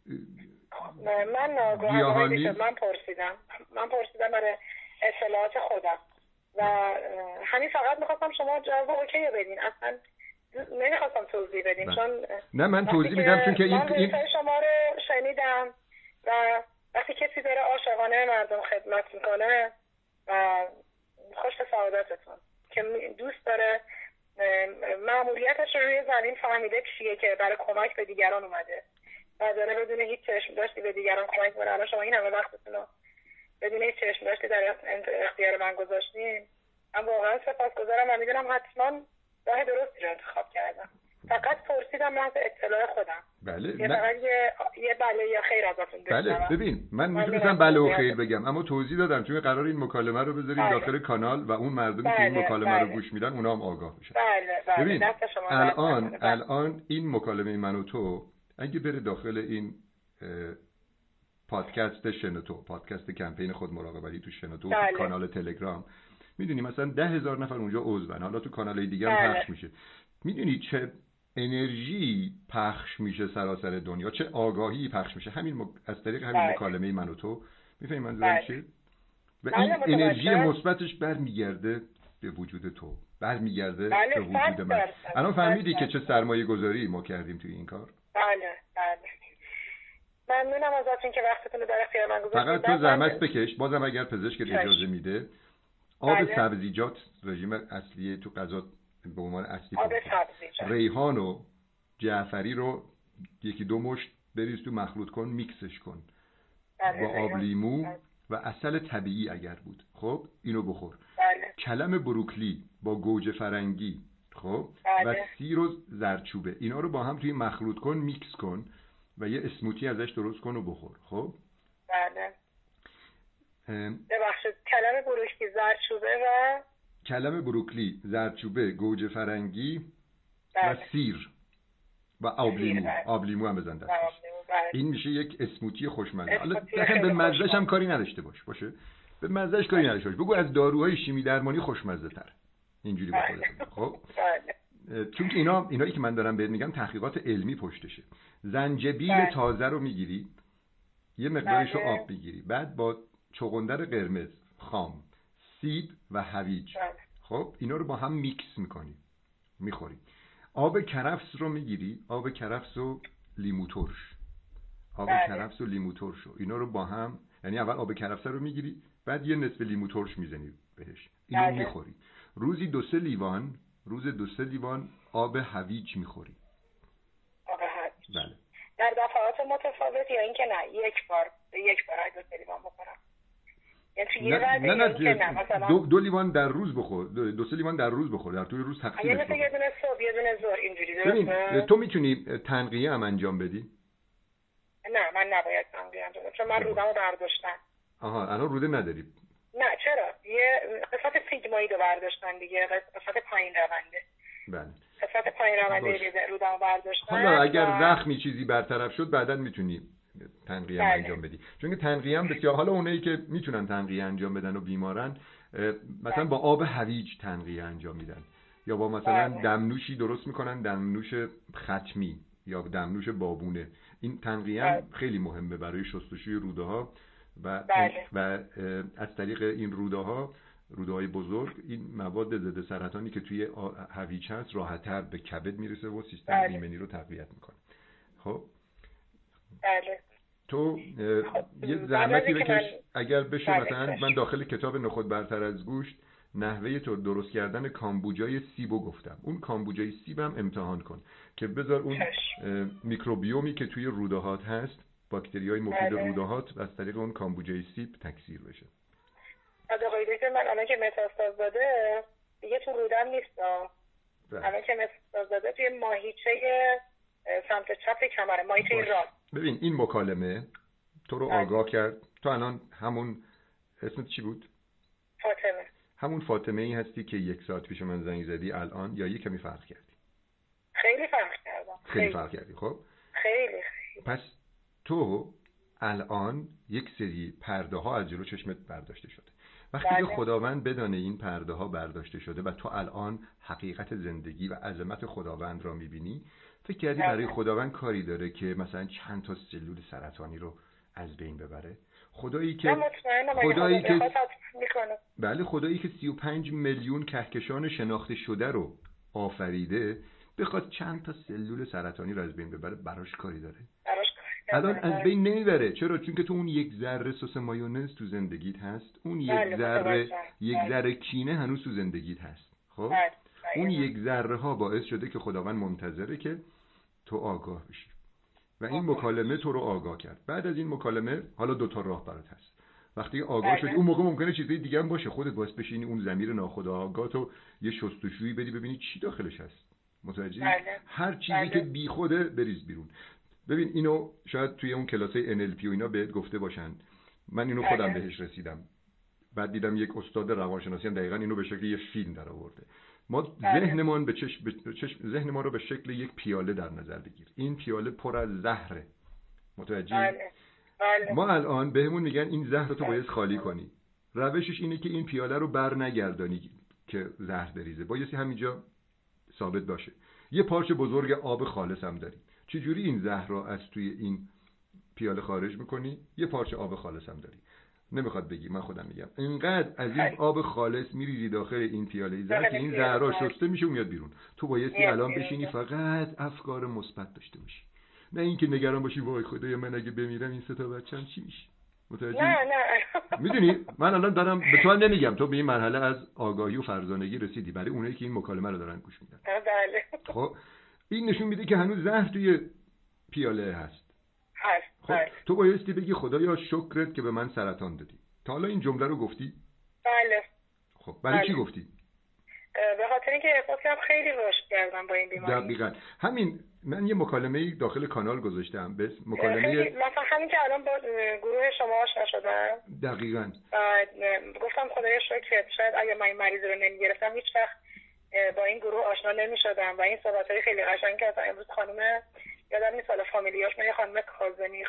Speaker 2: من پرسیدم برای اطلاعات خودم و همین فقط میخواستم شما جواب اوکی بدین، اصلا نمیخواستم توضیح بدین چون
Speaker 1: نه من توضیح میدم چون که این
Speaker 2: شما رو شنیدم و وقتی کسی داره عاشقانه مردم خدمت میکنه و خوش به سعادتتون که دوست داره مأموریتش رو روی زمین فهمیده چیه که برای کمک به دیگران اومده و داره بدون هیچ چشم داشتی به دیگران کمک کنه. الان شما این همه وقتتون رو بدون هیچ چشم داشتی در اختیار من گذاشتین. من واقعا سپاسگزارم و میدونم حتما راه درستی رو انتخاب کردم. فقط پرسیدم محض اطلاع خودم.
Speaker 1: بله.
Speaker 2: فقط یه بله یا خیر ازتون داشتم.
Speaker 1: بله ببین من میتونستم بله و خیر بگم اما توضیح دادم چون قرار این مکالمه رو بذاریم داخل کانال و اون مردمی که این مکالمه رو گوش میدن اونا هم آگاه بشن. ببین الان این مکالمه من و تو اگه بره داخل این پادکست شنوتو، پادکست کمپین خود مراقبتی تو شنوتو، کانال تلگرام، میدونی مثلا 10,000 نفر اونجا عضون، حالا تو کانال‌های دیگه هم پخش میشه. میدونی چه انرژی پخش میشه سراسر دنیا، چه آگاهی پخش میشه از طریق همین مکالمه من و تو. میفهمی منظورم چیه؟ و این انرژی مثبتش برمیگرده به وجود تو، برمیگرده به وجود من. الان فهمیدی که چه سرمایه گذاری ما کردیم توی این کار؟
Speaker 2: بله. ممنونم ازتون که وقتتون رو در اختیار من گذاشتید.
Speaker 1: فقط تو زحمت بکش، بازم اگر پزشکت اجازه میده آب سبزیجات رژیم اصلی تو غذا به عنوان اصلی
Speaker 2: آب سبزیجات،
Speaker 1: ریحان و جعفری رو 1-2 مشت بریز تو، مخلوط کن، میکسش کن با آب لیمو و عسل طبیعی اگر بود، خب اینو بخور. کلم بروکلی با گوجه فرنگی، خب و سیر و زردچوبه، اینا رو با هم توی مخلوط کن، میکس کن و یه اسموتی ازش درست کن و بخور. خب
Speaker 2: بله. ببخشید، کلم بروکلی، زردچوبه و
Speaker 1: کلم بروکلی، زردچوبه، گوجه فرنگی و سیر و آب لیمو هم بزن دستش. این میشه یک اسموتی خوشمزه. حالا به مزهش هم کاری نداشته باشه. به مزهش کاری نداشته باش. بگو از داروهای شیمی درمانی خوشمزه تر. اینجوری بخوره. خب چون اینایی که من دارم بهت میگم تحقیقات علمی پشتشه. زنجبیل تازه رو میگیری، یه مقدارش رو آب میگیری، بعد با چغندر قرمز خام، سیب و هویج، خب اینا رو با هم میکس میکنی، میخوری. آب کرفس رو میگیری، آب کرفس و لیمو ترش، کرفس و لیمو ترش، اینا رو با هم، یعنی اول آب کرفس رو میگیری، بعد یه نصف لیمو ترش میزنی بهش، اینو میخوری. روزی 2-3 لیوان آب هویج میخوری.
Speaker 2: آب هویج.
Speaker 1: بله.
Speaker 2: در دفعات متفاوت یا اینکه نه یک بار 2 لیوان بخورم؟
Speaker 1: نه 2 لیوان در روز بخور، 2-3 لیوان در روز بخور، در طول روز تقسیمش کن.
Speaker 2: یه دونه صبح یه دونه ظهر، اینجوری درسته؟
Speaker 1: تو میتونی تنقیه هم انجام بدی؟
Speaker 2: نه من نباید تنقیه انجام بدم چون من رودمو برداشتن.
Speaker 1: آها الان روده نداری؟
Speaker 2: نه چرا؟ یه قسمت سیگمایی رو برداشتن دیگه، قسمت پایین رونده.
Speaker 1: بله.
Speaker 2: قسمت پایین رونده رودمو برداشتن.
Speaker 1: حالا اگر زخمی چیزی برطرف شد بعداً میتونی تنقیه انجام بدی، چون که تنقیه هم بسیار، حالا اونایی که میتونن تنقیه انجام بدن و بیمارن مثلا با آب هویج تنقیه انجام میدن، یا با مثلا دمنوشی درست میکنن، دمنوش ختمی یا دمنوش بابونه. این تنقیه هم خیلی مهمه برای شستشوی روده ها و از طریق این روده‌های بزرگ این مواد ضد سرطانی که توی هویج هست راحت‌تر به کبد میرسه و سیستم ایمنی رو تقویت میکنه. خب
Speaker 2: بله.
Speaker 1: تو یه زحمتی بکش، اگر بشه مثلا من داخل کتاب نخود برتر از گوشت نحوه تو درست کردن کامبوجای سیبو گفتم. اون کامبوجای سیب هم امتحان کن که بذار اون میکروبیومی که توی روده‌هات هست، باکتریای مفید روده‌هات از طریق اون کامبوجای سیب تکثیر بشه.
Speaker 2: از آقای دکتر من الان که متاستاز داده دیگه تو رودم نیست. الان که متاستاز داده توی ماهیچه سمت چپ کمر، ماهیچه راست.
Speaker 1: ببین این مکالمه تو رو آگاه کرد. تو الان همون اسمت چی بود؟
Speaker 2: فاطمه.
Speaker 1: همون فاطمه ای هستی که 1 ساعت پیش من زنگ زدی الان، یا یه کمی فرق کردی؟
Speaker 2: خیلی فرق کردم.
Speaker 1: خیلی فرق کردی. خب
Speaker 2: خیلی.
Speaker 1: پس تو الان یک سری پرده ها از جلو چشمت برداشته شده. وقتی که خداوند بدانه این پرده ها برداشته شده و تو الان حقیقت زندگی و عظمت خداوند را میبینی، فکر کردی برای خداوند کاری داره که مثلا چند تا سلول سرطانی رو از بین ببره؟ خدایی که بله، خدایی که 35 میلیون کهکشان شناخته شده رو آفریده بخواد چند تا سلول سرطانی رو از بین ببره، براش کاری داره؟ الان از بین نمیبره. چرا؟ چون که تو اون 1 ذره سس مایونز تو زندگیت هست، اون 1 ذره کینه هنوز تو زندگیت هست. خب اون 1 ذره ها باعث شده که خداوند منتظره که تو آگاه بشی و این مکالمه تو رو آگاه کرد. بعد از این مکالمه حالا 2 تا راه برات هست. وقتی آگاه شدی اون موقع ممکنه چیزای دیگه هم باشه، خودت باعث بشینی اون ضمیر ناخودآگاه تو یه شستشویی بدی ببینی چی داخلش هست. متوجهی؟ هر چیزی که بی خوده بریز بیرون. ببین اینو شاید توی اون کلاسای NLP و اینا بهت گفته باشن، من اینو خودم بهش رسیدم. بعد دیدم یک استاد روانشناسی هم دقیقاً اینو به شکل یه فیلم در آورده. ما ذهنمان ذهن ما رو به شکل یک پیاله در نظر بگیر. این پیاله پر از زهره. متوجهی؟ ما الان بهمون میگن این زهر رو تو باید خالی کنی. روشش اینه که این پیاله رو بر نگردانی که زهر بریزه، بایستی همینجا ثابت باشه. یه پارچه بزرگ آب خالص هم داری، چجوری این زهر رو از توی این پیاله خارج میکنی؟ یه پارچه آب خالص هم داری. نمیخواد بگی، من خودم میگم. اینقدر از این آب خالص میریزی داخل این پیاله زهر که این زهرا شسته میشه و میاد بیرون. تو بایستی الان بشینی فقط افکار مثبت داشته باشی، نه اینکه نگران باشی وای خدای من اگه بمیرم این 3 تا بچه‌م چی میشه. متوجه؟
Speaker 2: نه
Speaker 1: میدونی من الان دارم به تو نمیگم، تو به این مرحله از آگاهی و فرزانگی رسیدی، برای اونایی که این مکالمه رو دارن گوش میدن.
Speaker 2: بله.
Speaker 1: خب این نشون میده که هنوز زهر توی پیاله هست. خب تو بایستی بگی خدایا شکرت که به من سرطان دادی. تا حالا این جمله رو گفتی؟
Speaker 2: بله.
Speaker 1: خب برای چی گفتی؟
Speaker 2: به خاطر اینکه احساسم خیلی رشد کردم با این بیماری.
Speaker 1: دقیقاً همین. من یه مکالمه داخل کانال گذاشتم به مکالمه
Speaker 2: مثلا همین که الان با گروه شما آشنا شدم.
Speaker 1: دقیقاً.
Speaker 2: گفتم خدایا شکرت، شاید اگه من این مریض رو نمیگرفتم هیچ وقت با این گروه آشنا نمیشدم و این صحبت‌های خیلی قشنگ که امروز خانم یادم نیست حالا فامیلیاش، من یه خانم کاظمی،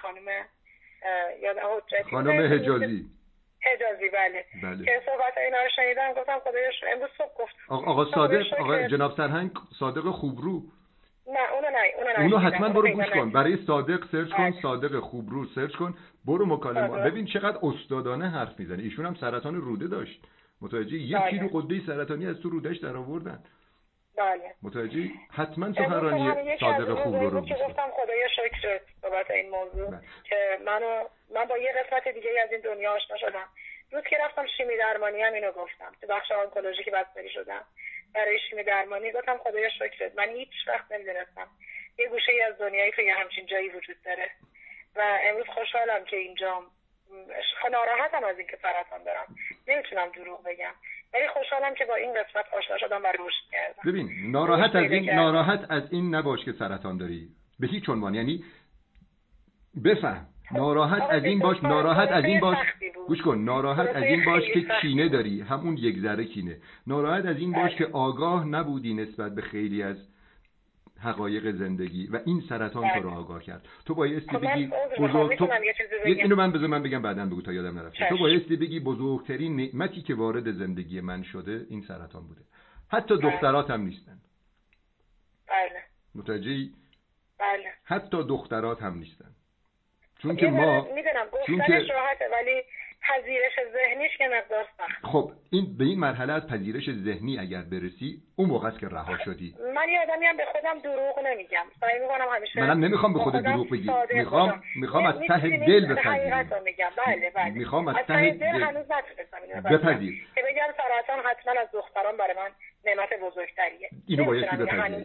Speaker 1: خانم حجازی
Speaker 2: بله. که صحبت اینا رو شنیدم گفتم خدایا امروز صبح گفت
Speaker 1: آقا صادق، آقا جناب سرهنگ صادق خوبرو.
Speaker 2: نه
Speaker 1: اونو حتما برو گوش کن، برای صادق سرچ کن، صادق خوبرو سرچ کن، برو مکالمه ببین چقدر استادانه حرف میزنه. ایشون هم سرطان روده داشت، متوجه؟ 1 کیلو غده سرطانی از تو رودش در آوردن.
Speaker 2: بله.
Speaker 1: متوجه؟ حتما سخنرانی صادق خوبرو رو گوش کن.
Speaker 2: گفتم خدایا شکرت بابت این موضوع که من با یه قسمت دیگه از این دنیا آشنا شدم. روز که رفتم شیمی درمانی هم اینو گفتم، تو بخش آنکولوژی که بستری شدم برای شیمی درمانی، گفتم خدایا شکرت، من هیچ وقت نمیدونستم یه گوشه‌ای از دنیایی که یه همچین جایی وجود داره و امروز خوشحالم که اینجام. ناراحتم از اینکه سرطان دارم، نمیتونم دروغ بگم، ولی خوشحالم که با این قسمت آشنا شدم و رشد کردم.
Speaker 1: ببین ناراحت از این نباش که سرطان داری به هیچ عنوان، یعنی بفهم ناراحت از این باش، گوش کن، ناراحت از این باش که کینه داری، همون 1 ذره کینه. ناراحت از این باش که آگاه نبودی نسبت به خیلی از حقایق زندگی و این سرطان تو رو آگاه کرد. تو بایستی بگی اینو من بگم بعداً بگو تا یادم نرفته. تو بایستی بگی بزرگترین نعمتی که وارد زندگی من شده این سرطان بوده. حتی دخترات هم نیستن.
Speaker 2: بله.
Speaker 1: متوجهی؟
Speaker 2: بله.
Speaker 1: حتی دخترات هم نیستن. چون که ما
Speaker 2: میدونم گفتنش راحته ولی پذیرش ذهنیش که مقدار سخت.
Speaker 1: خب این به این مرحله از پذیرش ذهنی اگر برسی اون موقع است که رها شدی.
Speaker 2: من یه آدمی ام به خودم دروغ نمیگم، سعی میکنم همیشه.
Speaker 1: منم نمیخوام به خودت دروغ بگی، میخوام از ته دل بپذیری.
Speaker 2: حقیقتو میگم. بله.
Speaker 1: میخوام از ته دل
Speaker 2: هنوز نتونستم اینو
Speaker 1: بپذیر
Speaker 2: که بگم سرطان حتما از دختران برای من نعمت بزرگتریه.
Speaker 1: اینو بایستی بپذیری.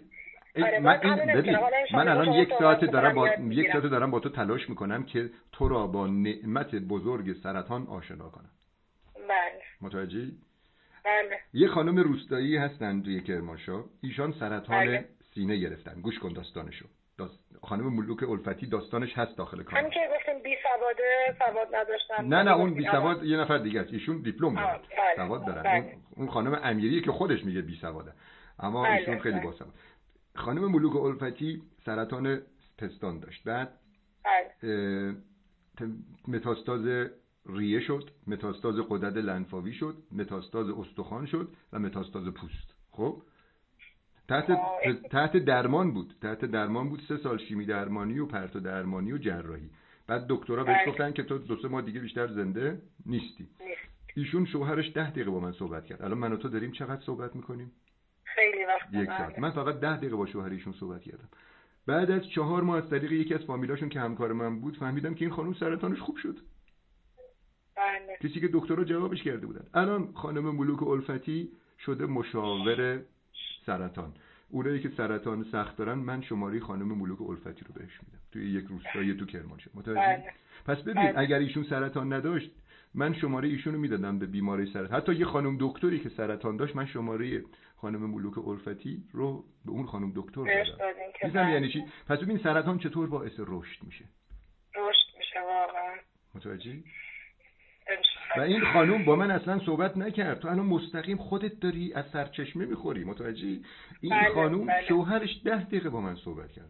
Speaker 1: من الان 1 ساعت دارم با تو تلاش میکنم که تو را با نعمت بزرگ سرطان آشنا کنم.
Speaker 2: بله.
Speaker 1: متوجهی؟
Speaker 2: بله.
Speaker 1: یه خانم روستایی هستن توی کرمانشاه، ایشان سرطان سینه گرفتن. گوش کن داستانشو. خانم ملوک الفتی داستانش هست داخل کانال.
Speaker 2: همین که گفتم بی سواده، سواد نداشتن.
Speaker 1: نه اون بی سواد یه نفر دیگه است. ایشون دیپلم دارن، سواد دارن. اون خانم امیریه که خودش میگه بی سواده، اما ایشون خیلی باسواد. خانم ملوک الفتی سرطان پستان داشت، بعد متاستاز ریه شد، متاستاز غدد لنفاوی شد، متاستاز استخوان شد و متاستاز پوست. خب تحت درمان بود 3 سال شیمی درمانی و پرتو درمانی و جراحی. بعد دکترها بهش گفتن که تو 2-3 ماه دیگه بیشتر زنده نیستی. ایشون شوهرش 10 دقیقه با من صحبت کرد. الان من و تو داریم چقدر صحبت میکنیم؟
Speaker 2: خیلی وقت.
Speaker 1: 1 ساعت. من فقط 10 دقیقه با شوهر ایشون صحبت کردم. بعد از 4 ماه از طریق یکی از فامیلاشون که همکار من بود فهمیدم که این خانم سرطانش خوب شد.
Speaker 2: بله.
Speaker 1: کسی که دکترها جوابش کرده بودن. الان خانم ملوک الفتی شده مشاور سرطان. اونایی که سرطان سخت دارن من شماره خانم ملوک الفتی رو بهش میدم توی یک روستایی تو کرمانشاه. متوجه؟ پس ببین اگر ایشون سرطان نداشت من شماره ایشونو میدادم به بیماری سرطان. حتی یه خانم دکتری که سرطان داشت من شماره خانم ملوک الفتی رو به اون خانم دکتر دادم. می‌دونی یعنی چی؟ پس ببین سرطان چطور باعث رشد میشه
Speaker 2: واقعا.
Speaker 1: متوجهی؟ و این خانوم با من اصلا صحبت نکرد. تو الان مستقیم خودت داری از سرچشمه میخوری. متوجهی؟ این خانوم شوهرش 10 دقیقه با من صحبت کرد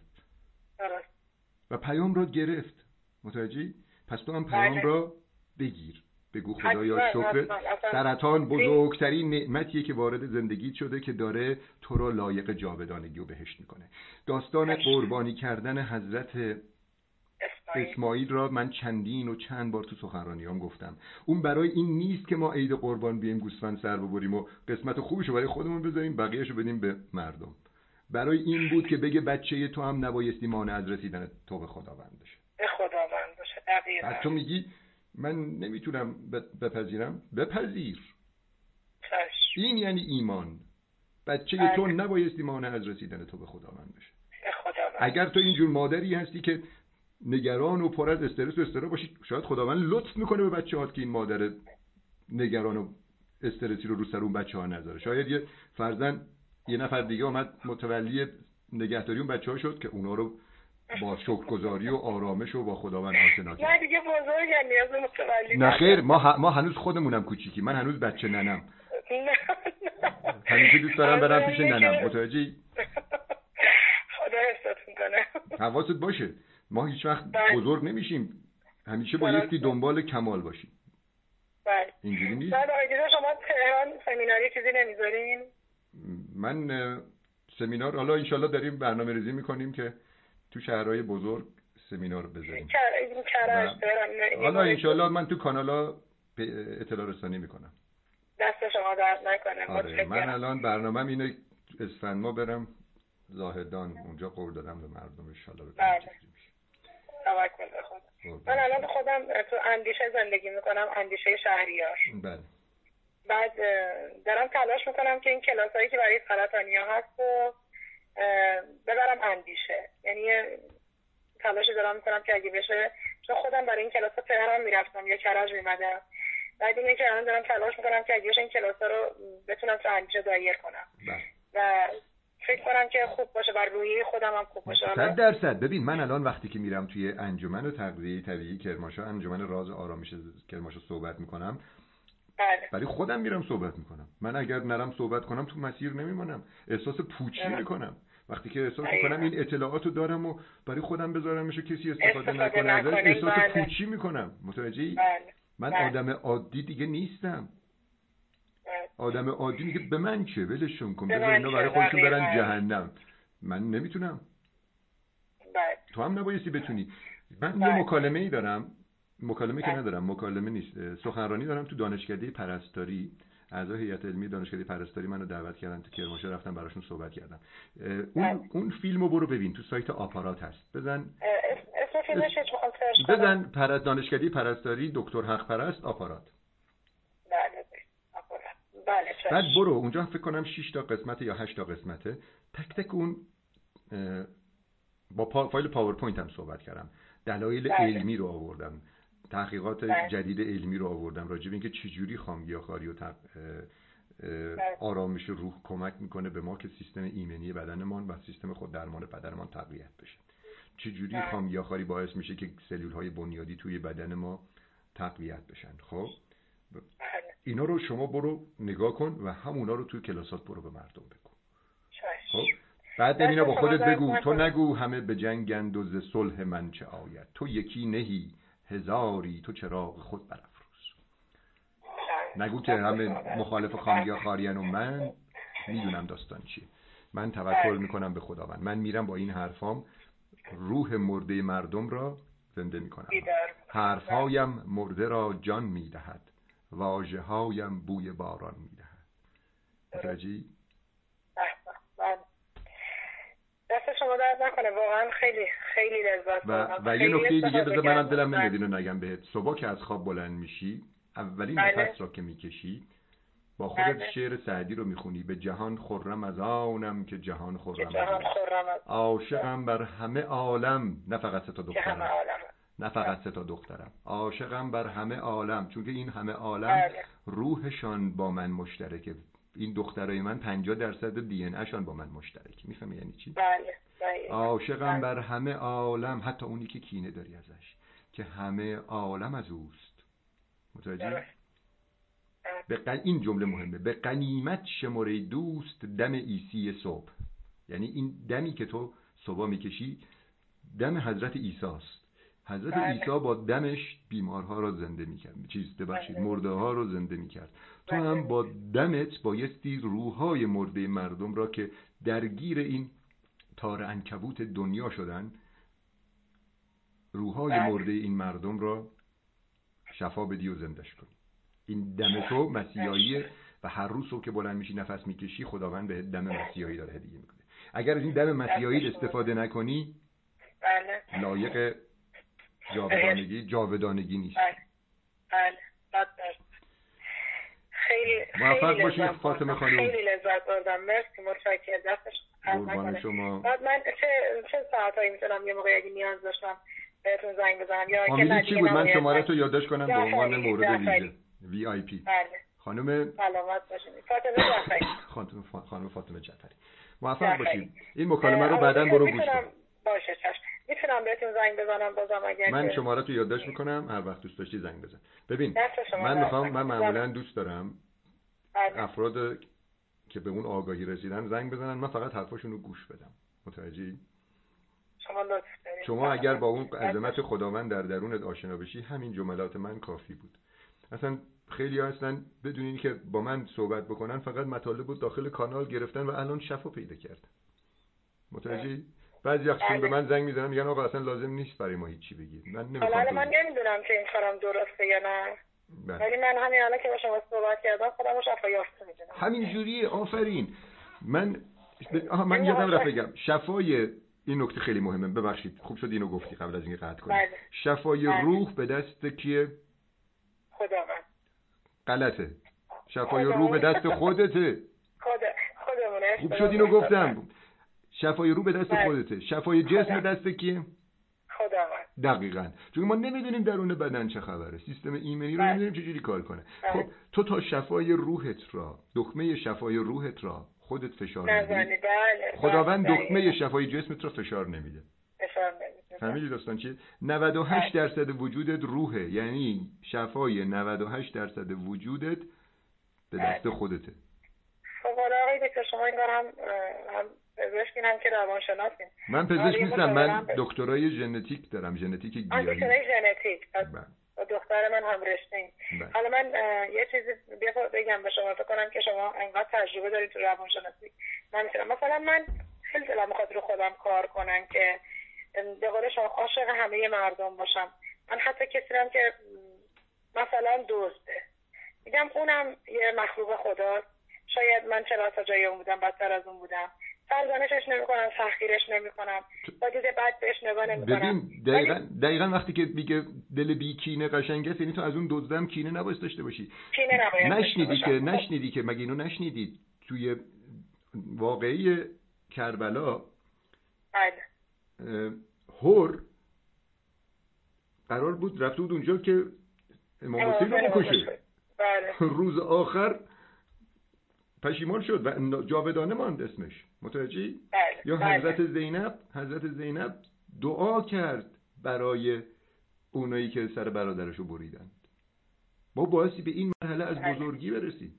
Speaker 1: و پیام را گرفت. متوجهی؟ پس تو هم پیام را بگیر. بگو خدایا شکر. سرطان بزرگترین نعمتیه که وارد زندگیت شده که داره تو رو لایق جاودانگی و بهشت میکنه. داستان قربانی کردن حضرت اسماعیل را من چند بار تو سخنرانیام گفتم. اون برای این نیست که ما عید قربان بیایم گوسفند سر ببریم و قسمت خوبشو برای خودمون بذاریم بقیه‌شو بدیم به مردم. برای این بود که بگه بچه تو هم نبایستی مانع از رسیدن تو به خداوند بشه.
Speaker 2: به خداوند بشه. دقیقاً.
Speaker 1: بعد تو میگی من نمیتونم بپذیرم. بپذیر. این یعنی ایمان. بچه تو نبایستی مانع از رسیدن تو به خداوند بشه.
Speaker 2: به خداوند.
Speaker 1: اگر تو اینجور مادری هستی که نگران و پر از استرس و استرا باشی، شاید خداوند لطف میکنه به بچه‌هات که این مادر نگران و استرسی رو سر اون بچه‌ها نذاره. شاید یه فرزند یه نفر دیگه اومد متولی نگهداری اون بچه‌ها شد که اونا رو با شکرگزاری و آرامش و با خداوند آشنا کرد.
Speaker 2: نه دیگه بزرگم نیاز به متولی.
Speaker 1: نه خیر، ما هنوز خودمونم کوچیکی. من هنوز بچه ننم. همیشه دوست دارم برم پیش ننم. متوجهی؟
Speaker 2: خدا حفظت کنه.
Speaker 1: حواست باشه ما هیچ وقت بزرگ نمیشیم. همیشه بایستی دنبال کمال باشیم.
Speaker 2: بله.
Speaker 1: اینجوری نیست.
Speaker 2: بعد آیدیده شما تهران سمیناری چیزی نمیذارین؟
Speaker 1: من سمینار حالا انشالله داریم برنامه ریزی میکنیم که تو شهرهای بزرگ سمینار بذاریم. حالا انشالله من تو کانالا اطلاع رسانی میکنم.
Speaker 2: دست شما درد نکنه.
Speaker 1: آره من الان برنامه‌م اینه اسفند ما برم زاهدان، اونجا قول دادم به مردم انشالله ببینیم چی میشه.
Speaker 2: توکل به خدا. من الان خودم تو اندیشه زندگی میکنم، اندیشه شهریار.
Speaker 1: بله.
Speaker 2: بعد دارم تلاش میکنم که این کلاسایی که برای سرطانیا هست رو ببرم اندیشه. یعنی تلاشی دارم میکنم که اگه بشه، چون خودم برای این کلاسا تهران میرفتم یا کرج میمدم. بعد اینه که الان دارم تلاش میکنم که اگه بشه این کلاسا رو بتونم تو اندیشه دایر کنم. و فکر کنم که خوب باشه بر روحیه خودم هم خوب باشه.
Speaker 1: 100%. ببین من الان وقتی که میرم توی انجمن تغذیه طبیعی کرمانشاه، انجمن راز آرامش کرمانشاه صحبت میکنم، برای خودم میرم صحبت میکنم. من اگر نرم صحبت کنم تو مسیر نمیمونم، احساس پوچی میکنم. وقتی که احساس میکنم این اطلاعاتو دارم و برای خودم بذارم میشه کسی استفاده نکنه ازش، احساس پوچی میکنم. متوجهی؟ من آدم عادی دیگه نیستم. آدم عادی میگه به من چه، ولشون کن، بذار اینا برای خودشون برن جهنم. من نمیتونم. تو هم نبایستی بتونی. من یه مکالمه‌ای دارم، مکالمه که ندارم، مکالمه نیست، سخنرانی دارم تو دانشکده پرستاری. اعضای هیئت علمی دانشکده پرستاری منو دعوت کردن تو کرمانشاه، رفتم براشون صحبت کردم. اون فیلمو برو ببین، تو سایت آپارات هست. بزن
Speaker 2: اسم فیلمش چی میخوام سرچ
Speaker 1: کنم؟ بزن دانشکده پرستاری دکتر حق پرست آپارات.
Speaker 2: بله.
Speaker 1: بعد برو اونجا، فکر کنم 6 تا قسمت یا 8 تا قسمته، تک تک اون با فایل پاورپوینت هم صحبت کردم. دلایل علمی رو آوردم، تحقیقات جدید علمی رو آوردم راجع به اینکه چجوری خامگیاخواری و آرامش روح کمک میکنه به ما که سیستم ایمنی بدنمان و سیستم خود درمان بدنمان تقویت بشه. چجوری خامگیاخواری باعث میشه که سلول‌های بنیادی توی بدن ما تقویت بشن. خب اینا رو شما برو نگاه کن و همونا رو توی کلاسات برو به مردم بگو. خب بعد اینا با خودت بگو، تو نگو همه به جنگند و ز صلح من چه آید، تو یکی نهی هزاری، تو چراغ خود برافروز. نگو که همه مخالف خامگیاخوارین و من میدونم داستان چیه. من توکل میکنم به خداوند. من میرم با این حرفام روح مرده مردم را زنده میکنم. حرفهایم مرده را جان میدهد، واژه‌هایم بوی باران میدهد. متوجهی؟
Speaker 2: دست شما درد نکنه، واقعا خیلی خیلی لذت بردم.
Speaker 1: و یه نکته دیگه بذار منم دلم نمیاد اینو نگم بهت. صبح که از خواب بلند میشی، اولین نفس را که میکشی، با خودت شعر سعدی رو میخونی. به جهان خرم از آنم که جهان خرم از عاشقم بر همه عالم، نه فقط 3 تا دخترم، نه فقط 3 تا دخترم، عاشقم بر همه عالم، چون که این همه عالم روحشان با من مشترکه. این دخترای من 50% دی ان اشان با من مشترک. میفهمی یعنی چی؟
Speaker 2: بله.
Speaker 1: عاشقم بر همه عالم، حتی اونی که کینه داری ازش، که همه عالم از اوست. متوجه؟ این جمله مهمه. به غنیمت شمره دوست دم عیسی صبح. یعنی این دمی که تو صبح میکشی دم حضرت عیسی است. حضرت عیسی با دمش بیمارها را زنده میکرد، مرده ها را زنده میکرد. تو هم با دمت بایستی روحهای مرده مردم را که درگیر این تار عنکبوت دنیا شدن، روحهای مرده این مردم را شفا بدی و زندش کنی. این دم تو مسیحاییه و هر روز صبح که بلند میشی نفس میکشی خداوند به دم مسیحایی داره هدیه میکنه. اگر از این دم مسیحایی استفاده نکنی لایق جاودانگی نیست.
Speaker 2: خیلی
Speaker 1: موفق باشید فاطمه خانم.
Speaker 2: خیلی لذت بردم. مرسی، متشکرم. دستش
Speaker 1: قربان شما.
Speaker 2: بعد من چه ساعتایی میتونم یه موقعی اگه نیاز داشتم بهتون زنگ بزنم یا
Speaker 1: فامیلی چی بود؟ من شماره تو یادداشت کنم به عنوان مورد ویژه VIP.
Speaker 2: بله.
Speaker 1: خانم
Speaker 2: سلامت باشید. فاطمه جعفری.
Speaker 1: خانم فاطمه جعفری. موفق باشید. این مکالمه رو بعداً برو گوش کن.
Speaker 2: باشه چشم. میتونم بهتون زنگ بزنم بازم اگر
Speaker 1: من شماره تو یادداشت میکنم، هر وقت دوست داشتی زنگ بزن. ببین من معمولا دوست دارم افراد که به اون آگاهی رسیدن زنگ بزنن، من فقط حرفاشون رو گوش بدم. متوجهی؟ شما اگر با اون عظمت خداوند در درونت آشنا بشی، همین جملات من کافی بود. اصلا خیلی ها هستن بدون اینکه با من صحبت بکنن فقط مطالب رو داخل کانال گرفتن و الان شفا پیدا کردن. متوجهی؟ بعضی وقتا به من زنگ میزنن میگن آقا اصلا لازم نیست برای ما هیچی بگید. من
Speaker 2: نمیدونم که این کارم درسته یا نه. ولی من همین الان که با شما صحبت کردم خودم رو شفا یافته میدونم.
Speaker 1: همین جوریه. آفرین. من یادم رفت بگم شفای این نکته خیلی مهمه. ببخشید خوب شد اینو گفتی قبل از اینکه قطع کنی. شفای روح به دست کیه؟
Speaker 2: خداوند.
Speaker 1: غلطه. شفای روح به دست خودته.
Speaker 2: خودمونه.
Speaker 1: خوب شد اینو گفتم. شفای روح به دست خودته. شفای جسم به دست کیه؟
Speaker 2: خداوند.
Speaker 1: دقیقاً. چون ما نمیدونیم درون بدن چه خبره. سیستم ایمنی رو نمیدونیم چجوری کار کنه. خب تو تا شفای روحت را، دکمه شفای روحت را خودت فشار نمیدی. خداوند دکمه شفای جسمت را فشار نمیده. فهمیدی داستان چیه؟ 98% وجودت روحه. یعنی شفای 98% وجودت به دست خودته.
Speaker 2: خب آقای دکتر شما این هم پزشکین هم که روانشناسین.
Speaker 1: من پزشک نیستم، من دکترای ژنتیک دارم، ژنتیک گیاهی.
Speaker 2: دکترای ژنتیک. با دختر من هم رشته‌ایم. حالا من یه چیزی بگم به شما، فکر کنم که شما انقدر تجربه دارید تو روانشناسی. نمی‌تونم مثلا من خیلی دلم می‌خواد رو خودم کار کنم که به قول شما عاشق همه مردم باشم. من حتی کسی هم که مثلا دزده میگم اونم یه مخلوق خداست. شاید من چرا تا جای اون بودم بدتر از اون بودم. سرزنشش نمی‌کنم، تحقیرش نمی‌کنم، با دید بد بهش نگاه نمی‌کنم.
Speaker 1: ببین دقیقاً وقتی که میگه دل بی کینه قشنگه، یعنی تو از اون دزدم کینه نباید داشته باشی. نشنیدی که مگه اینو نشنیدید توی واقعی کربلا؟
Speaker 2: بله.
Speaker 1: هور قرار بود رفته بود اونجا که امام حسین رو بکشه.
Speaker 2: بله.
Speaker 1: روز آخر پشیمان شد و جاودانه ماند اسمش. متوجهی؟ یا حضرت زینب دعا کرد برای اونایی که سر برادرشو بریدند. ما باعثی به این مرحله از بزرگی برسیم.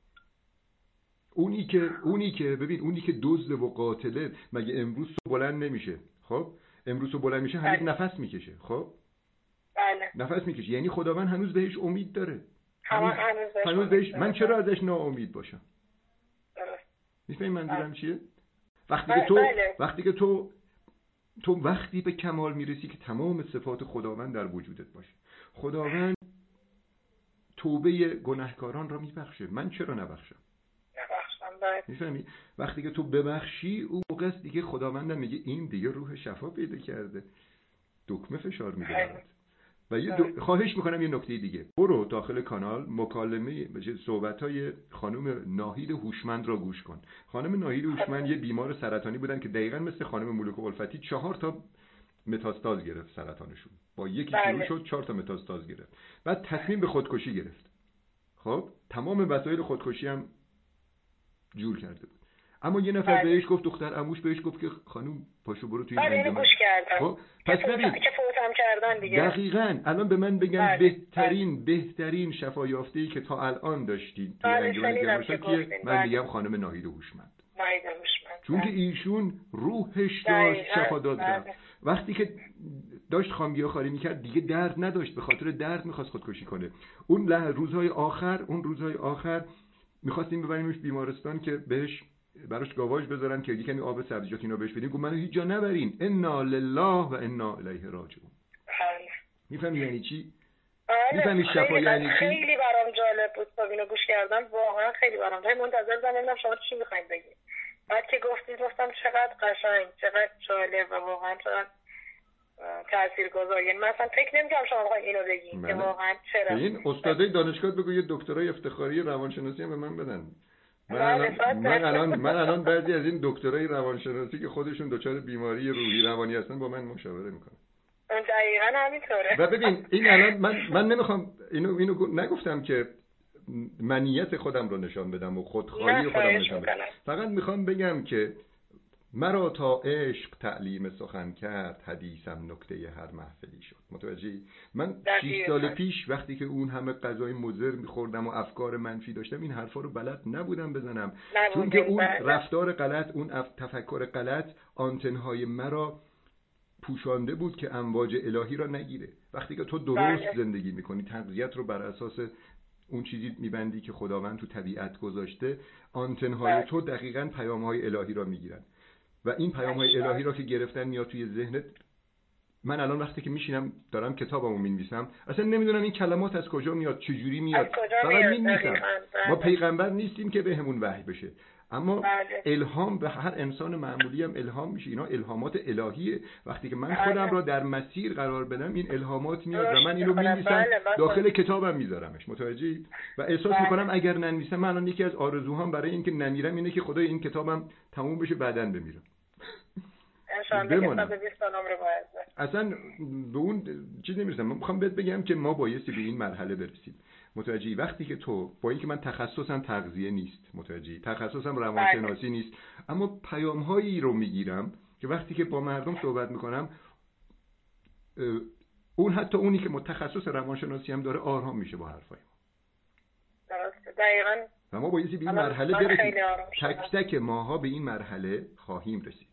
Speaker 1: اونی که دزد و قاتله مگه امروز صبح بلند نمیشه؟ خب امروز صبح بلند میشه هنوز نفس میکشه. خب
Speaker 2: بله.
Speaker 1: نفس میکشه، یعنی خداوند هنوز بهش امید داره.
Speaker 2: هنوز بهش
Speaker 1: من چرا ازش ناامید باشم؟ میفهمی منظورم چیه؟ وقتی که تو وقتی به کمال میرسی که تمام صفات خداوند در وجودت باشه. خداوند توبه گناهکاران را میبخشه. من چرا نبخشم؟ میفهمی؟ وقتی که تو ببخشی اون موقع است دیگه خداوندم میگه این دیگه روح شفا پیدا کرده، دکمه فشار میده برات. و خواهش میکنم یه نکته دیگه، برو داخل کانال مکالمه صحبت‌های خانم ناهید هوشمند را گوش کن. خانم ناهید هوشمند یه بیمار سرطانی بودن که دقیقاً مثل خانم ملوک الفتی 4 تا متاستاز گرفت سرطانشون. با یکی شروع شد 4 تا متاستاز گرفت. بعد تصمیم به خودکشی گرفت. خب تمام وسایل خودکشی هم جور کرده بود. اما یه نفر بهش گفت، دختر عموش بهش گفت که خانم پاشو برو توی این انجام.
Speaker 2: خب
Speaker 1: پس ببین
Speaker 2: که فوتم کردن دیگه.
Speaker 1: دقیقاً الان به من بگن بهترین شفا یافته‌ای که تا الان داشتید توی انجام گرماشا که من میگم خانم ناهید هوشمند. چون که ایشون روحش داشت شفا داد. وقتی که داشت خامگیاخواری میکرد دیگه درد نداشت، به خاطر درد میخواست خودکشی کنه. اون روزهای آخر میخواستیم ببریمش بیمارستان که براش گاواژ بذارن که کمی آب سبزیجات اینا بهش بدیم. گفت منو هیچ جا نبرین، انا لله و انا الیه راجعون. میفهمی یعنی چی؟ میفهمی شفا یعنی چی؟
Speaker 2: خیلی برام جالب بود تا اینو گوش کردم، واقعا خیلی برام جالب. منتظر بودم شما چی میخواین بگید. بعد که گفتم چقدر قشنگ، چقدر جالب و واقعا چقدر تاثیرگذار. یعنی مثلا فکر نمی‌کردم شما بخواید اینو بگید که واقعا چرا.
Speaker 1: این استادای دانشگاه بگو یه دکترای افتخاری روانشناسی هم به من بدن. من الان بعضی از این دکترای روانشناسی که خودشون دچار بیماری روحی روانی هستن با من مشاوره میکنن.
Speaker 2: دقیقاً همینطوره.
Speaker 1: و ببین این الان من نمیخوام اینو نگفتم که منیت خودم رو نشان بدم و خودخواهی خودم نشان بدم. فقط میخوام بگم که مرا تا عشق تعلیم سخن کرد، حدیثم نکته هر محفلی شد. متوجهی؟ من 6 سال پیش وقتی که اون همه غذای مضر میخوردم و افکار منفی داشتم این حرفا رو بلد نبودم بزنم، چون که اون رفتار غلط، اون تفکر غلط آنتنهای مرا پوشانده بود که امواج الهی را نگیره. وقتی که تو درست زندگی میکنی، تغذیت رو بر اساس اون چیزی میبندی که خداوند تو طبیعت گذاشته، آنتنهای تو دقیقاً پیامهای الهی را میگیرن و این پیام‌های الهی را که گرفتن میاد توی ذهنت. من الان وقتی که میشینم دارم کتابمو می‌نویسم اصلا نمیدونم این کلمات از کجا میاد، چجوری میاد، فقط می‌نویسم. ما پیغمبر نیستیم که بهمون وحی بشه، اما الهام به هر انسان معمولی هم الهام میشه. اینا الهامات الهیه. وقتی که من خودم را در مسیر قرار بدم این الهامات میاد و من اینو می‌نویسم، داخل کتابم میذارمش. متوجهی؟ و احساس میکنم اگر ننویسم، من الان یکی از آرزوهام برای اینکه نمیرم اینه که خدای این کتابم تموم بشه بعدن بمیرم. بمونم. اصلا به اون چیز نمیرسم. من میخوام بهت بگم که ما بایستی به این مرحله برسیم. متوجهی؟ وقتی که تو با اینکه من تخصصم تغذیه نیست، متوجهی، تخصصم روانشناسی نیست، اما پیام‌هایی رو میگیرم که وقتی که با مردم صحبت میکنم اون حتی اونی که متخصص روانشناسی هم داره آرام میشه با حرفای ما.
Speaker 2: درسته، دقیقاً.
Speaker 1: و ما بایستی به این مرحله برسیم. تک تک ماها به این مرحله خواهیم رسید.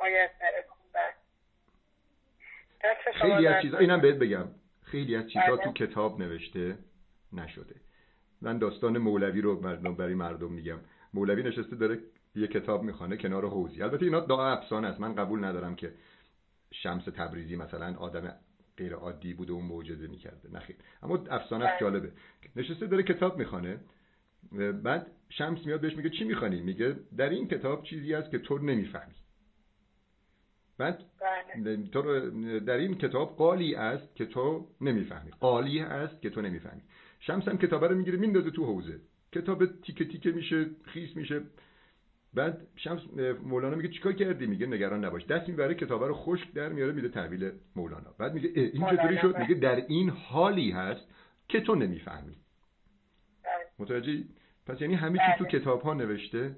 Speaker 1: خیلی از چیزا، اینم بهت بگم، خیلی از چیزا تو کتاب نوشته نشده. من داستان مولوی رو برای مردم میگم. مولوی نشسته داره یه کتاب میخونه کنار حوضی. البته اینا دعا افسانه است. من قبول ندارم که شمس تبریزی مثلا آدم غیر عادی بوده و معجزه میکرده. نخیر. اما افسانه است، جالبه. نشسته داره کتاب میخونه. بعد شمس میاد بهش میگه چی میخوانی؟ میگه در این کتاب چیزی هست که تو نمیفهمی. بعد در این کتاب قالی است که تو نمیفهمی، قالی است که تو نمیفهمی. شمس هم کتاب رو میگیره میندازه تو حوزه، کتاب تیکه تیکه میشه، خیس میشه. بعد شمس مولانا میگه چیکار کردی؟ میگه نگران نباش. دست میبره کتاب رو خشک در میاره میده تحویل مولانا. بعد میگه این چطوری شد؟ میگه در این حالی هست که تو نمیفهمی. متوجهی؟ پس یعنی همه چی تو کتاب ها نوشته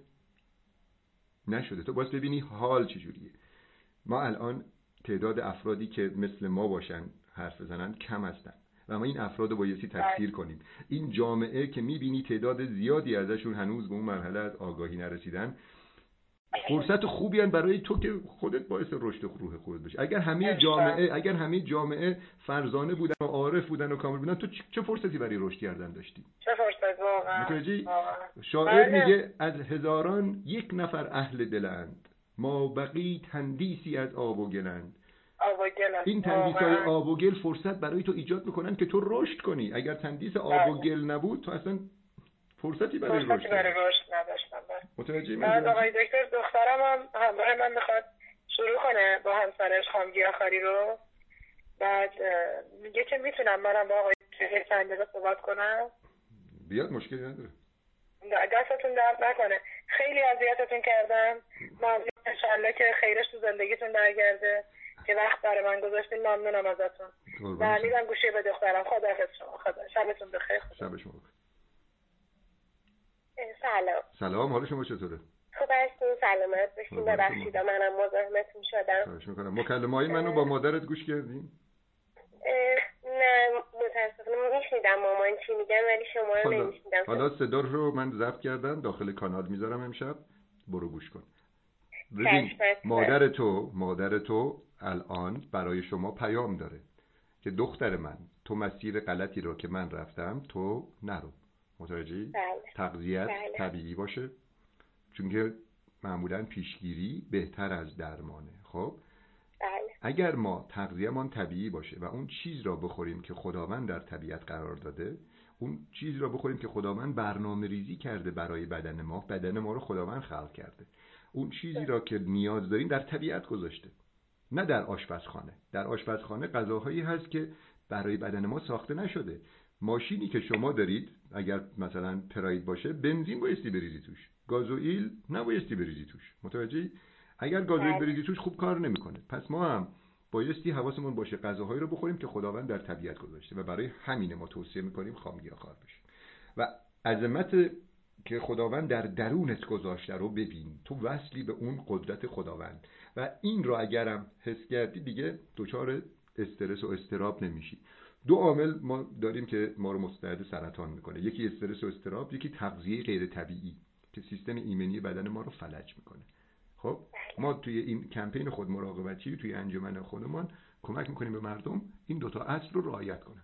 Speaker 1: نشده. تو باید ببینی حال چجوریه. ما الان تعداد افرادی که مثل ما باشن حرف بزنن کم هستن و ما این افراد رو بایستی تکثیر کنیم. این جامعه که میبینی تعداد زیادی ازشون هنوز به اون مرحله از آگاهی نرسیدن، فرصت خوبی هست برای تو که خودت باعث رشد روح خودت بشی. اگر همه جامعه فرزانه بودن و عارف بودن و کامل بودن، تو چه فرصتی برای رشد کردن داشتی؟
Speaker 2: چه فرصت واقعا.
Speaker 1: شاعر میگه از هزاران یک نفر اهل دلند، ما بقی تندیسی از آب و گلند. این تندیس‌های آب و گل فرصت برای تو ایجاد میکنن که تو رشد کنی. اگر تندیس آب و گل نبود تو اصلا فرصتی برای رشد
Speaker 2: نداشتم.
Speaker 1: متوجه
Speaker 2: من آقای دکتر، دخترم هم همراه من میخواد شروع کنه با همسرش خامگیاخواری رو. بعد میگه که میتونم منم با آقای چند دقیقه صحبت کنم؟
Speaker 1: بیاد، مشکلی نداره.
Speaker 2: دستتون درد نکنه. خیلی اذیتتون کردم. ممنون انشالله که خیرش تو زندگیتون برگرده که وقت برای من گذاشتین. ممنونم ازتون. و میدم گوشی به دخترم. خداحافظ شما. شبتون بخیر.
Speaker 1: شب شما بخیر.
Speaker 2: سلام.
Speaker 1: حال شما چطوره؟
Speaker 2: خوب هستین؟ سلامت باشین. ببخشید منم مزاحمتون شدم.
Speaker 1: خواهش می‌کنم. مکالمه‌های منو با مادرت گوش کردین؟
Speaker 2: نه متاسفانه میشنیدم مامان چی میگن ولی شما رو نمیشنیدم.
Speaker 1: حالا صدا رو من ضبط کردم داخل کانال میذارم امشب، برو گوش کن. ببین مادر تو الان برای شما پیام داره. که دختر من تو مسیر غلطی رو که من رفتم تو نرو. متوجهی؟ تغذیه طبیعی باشه، چون که معمولاً پیشگیری بهتر از درمانه. خب اگر ما تغذیه‌مان طبیعی باشه و اون چیز را بخوریم که خداوند در طبیعت قرار داده، اون چیز را بخوریم که خداوند برنامه ریزی کرده برای بدن ما رو خداوند خلق کرده، اون چیزی را که نیاز داریم در طبیعت گذاشته، نه در آشپزخانه. در آشپزخانه غذاهایی هست که برای بدن ما ساخته نشده. ماشینی که شما دارید اگر مثلا پراید باشه، بنزین بایستی بریزی توش، گازوئیل نبایستی بریزی توش. متوجهی؟ اگر گازوئیل بریزی توش خوب کار نمیکنه. پس ما هم بایستی حواسمون باشه غذاهایی رو بخوریم که خداوند در طبیعت گذاشته و برای همین ما توصیه میکنیم خامگیاخوار بشیم و عظمت که خداوند در درونت گذاشته رو ببین. تو وصلی به اون قدرت خداوند و این رو اگرم حس کردی دیگه دچار استرس و اضطراب نمیشی. دو عامل ما داریم که ما رو مستعد سرطان میکنه، یکی استرس و اضطراب، یکی تغذیه غیر طبیعی که سیستم ایمنی بدن ما رو فلج میکنه. خب ما توی این کمپین خود مراقبتی توی انجمن خودمان کمک میکنیم به مردم این دوتا اصل رو رعایت کنن.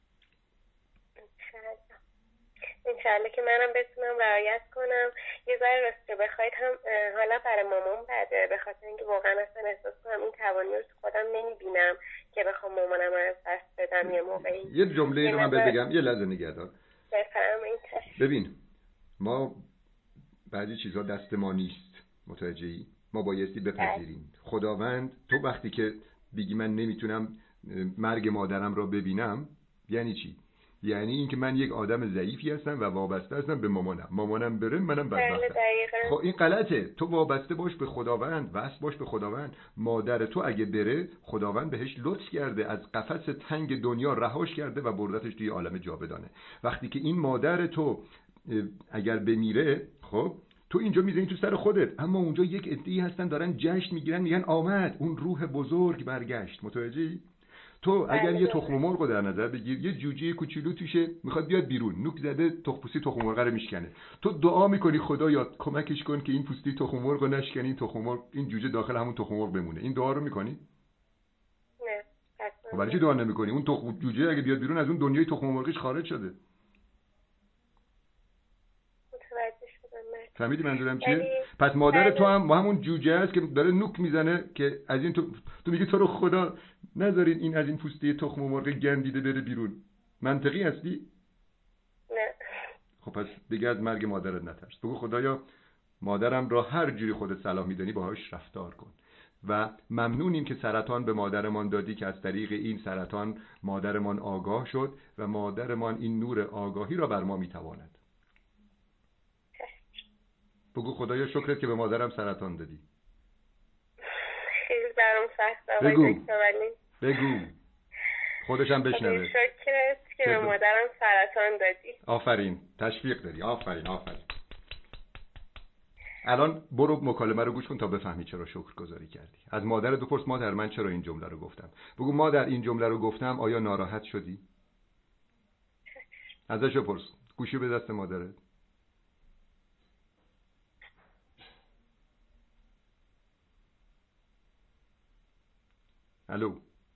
Speaker 3: انشالله که منم بتونم رعایت کنم. یه ذره راسته بخواید هم حالا برای مامان بده، به خاطر اینکه واقعا اصلا احساس کنم این توانی رو خودم نمیبینم که بخوام مامانم رو از دست بدم. یه موقعی
Speaker 1: یه جمله رو من بگم، یه لحظه نگه دار.
Speaker 3: بفرمایید.
Speaker 1: ببین ما بعضی چیزا دست ما نیست، متوجهی؟ ما بایستی بپذیریم. خداوند تو وقتی که بگی من نمیتونم مرگ مادرم را ببینم، یعنی چی؟ یعنی اینکه من یک آدم ضعیفی هستم و وابسته هستم به مامانم بره منم بدبختم. خب این غلطه. تو وابسته باش به خداوند، وصل باش به خداوند. مادر تو اگه بره خداوند بهش لطف کرده، از قفس تنگ دنیا رهاش کرده و بردتش توی عالم جاودانه. وقتی که این مادر تو اگر بمیره، خب تو اینجا میزنی تو سر خودت، اما اونجا یک عده‌ای هستن دارن جشن میگیرن، میگن آمد اون روح بزرگ برگشت. متوجهی؟ تو اگر یه تخم مرغ رو در نظر بگیر، یه جوجه کوچولو توشه میخواد بیاد بیرون، نوک زده تخم مرغ رو میشکنه، تو دعا میکنی خدایا کمکش کن که این پوستی تخم مرغ رو نشکنه، این تخم مرغ، این جوجه داخل همون تخم مرغ بمونه. این دعا رو میکنی؟
Speaker 3: نه.
Speaker 1: برای چی دعا نمیکنی؟ اون جوجه اگه بیاد بیرون از اون دنیای تخم مرغیش خارج شده. فهمیدی منظورم چیه؟ پس مادر تو هم همون جوجه است که داره نوک میزنه که از این تو میگی تو رو خدا نذارین این از این پوسته تخم مرغ گندیده بره بیرون. منطقی هستی؟
Speaker 3: نه.
Speaker 1: خب پس دیگه از مرگ مادرت نترس. بگو خدایا مادرم را هر جوری خودت صلاح میدونی باهاش رفتار کن و ممنونیم که سرطان به مادرمان دادی که از طریق این سرطان مادرمان آگاه شد و مادرمان این نور آگاهی را بر ما میتواند. بگو خدایا شکرت که به مادرم سرطان دادی.
Speaker 3: خیلی برام سخته.
Speaker 1: بگو خودشم بشنوه.
Speaker 3: شکرت که به مادرم سرطان دادی.
Speaker 1: آفرین، تشویق داری. آفرین. الان برو مکالمه رو گوش کن تا بفهمی چرا شکرگزاری کردی. از مادر دو پرس مادر من چرا این جمله رو گفتم. بگو مادر این جمله رو گفتم آیا ناراحت شدی؟ ازش بپرس. گوشی به دست مادرت. الو.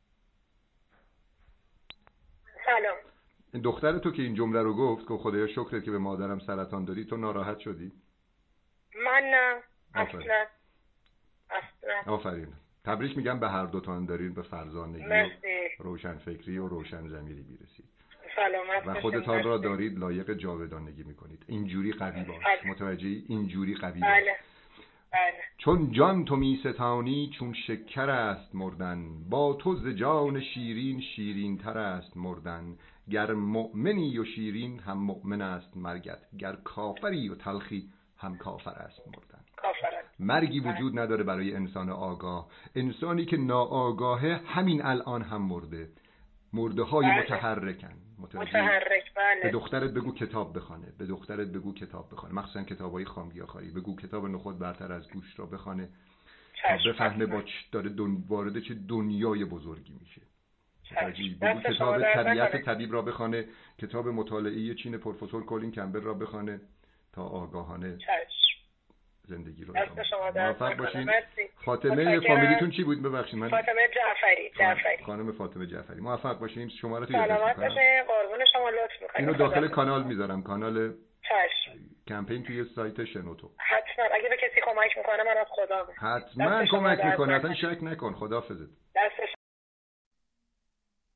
Speaker 2: سلام.
Speaker 1: این دختر تو که این جمله رو گفت که خدایا شکرت که به مادرم سرطان دادی، تو ناراحت شدی؟
Speaker 2: من نه.
Speaker 1: اصلا. آفرین. تبریک میگم به هر دوتان دارین به فرزانگی و روشن فکری و روشن ضمیری برسید.
Speaker 2: سلامت
Speaker 1: و خودتان را دارید لایق جاودانگی میکنید. اینجوری قوی باش. متوجهی؟ اینجوری قوی باش.
Speaker 2: بله.
Speaker 1: چون جان تو می ستانی چون شکر است مردن، با تو ز جان شیرین شیرین تر است مردن. گر مؤمنی و شیرین هم مؤمن است مرگت، گر کافری و تلخی هم کافر است مردن. مرگی وجود نداره برای انسان آگاه. انسانی که ناآگاهه همین الان هم مرده. مرده های متحرکن.
Speaker 2: متحرک. بله.
Speaker 1: به دخترت بگو کتاب بخونه. مخصوصا کتابای خامگیاخواری. بگو کتاب نخود برتر از گوشت را بخونه تا بفهمه با داره وارد چه دنیای بزرگی میشه. بگو کتاب طبیعت طبیب را بخونه، کتاب مطالعه چین پروفسور کولین کمبل را بخونه تا آگاهانه زندگی رو
Speaker 2: دست شما درد
Speaker 1: موفق باشین.
Speaker 2: مرسی.
Speaker 1: فاطمه فامیلیتون چی بود ببخشید من؟
Speaker 2: فاطمه جعفری.
Speaker 1: خانم فاطمه جعفری موفق باشین. شماره تو
Speaker 2: سلامت باشین. قربون شما لطف می‌کنم.
Speaker 1: اینو داخل کانال میذارم، کانال
Speaker 2: چشم.
Speaker 1: کمپین توی سایت شنوتو.
Speaker 2: حتما اگه به کسی کمک میکنه من از خدا
Speaker 1: حتما کمک میکنه، اصلا شک نکن. خداحافظت.
Speaker 2: دست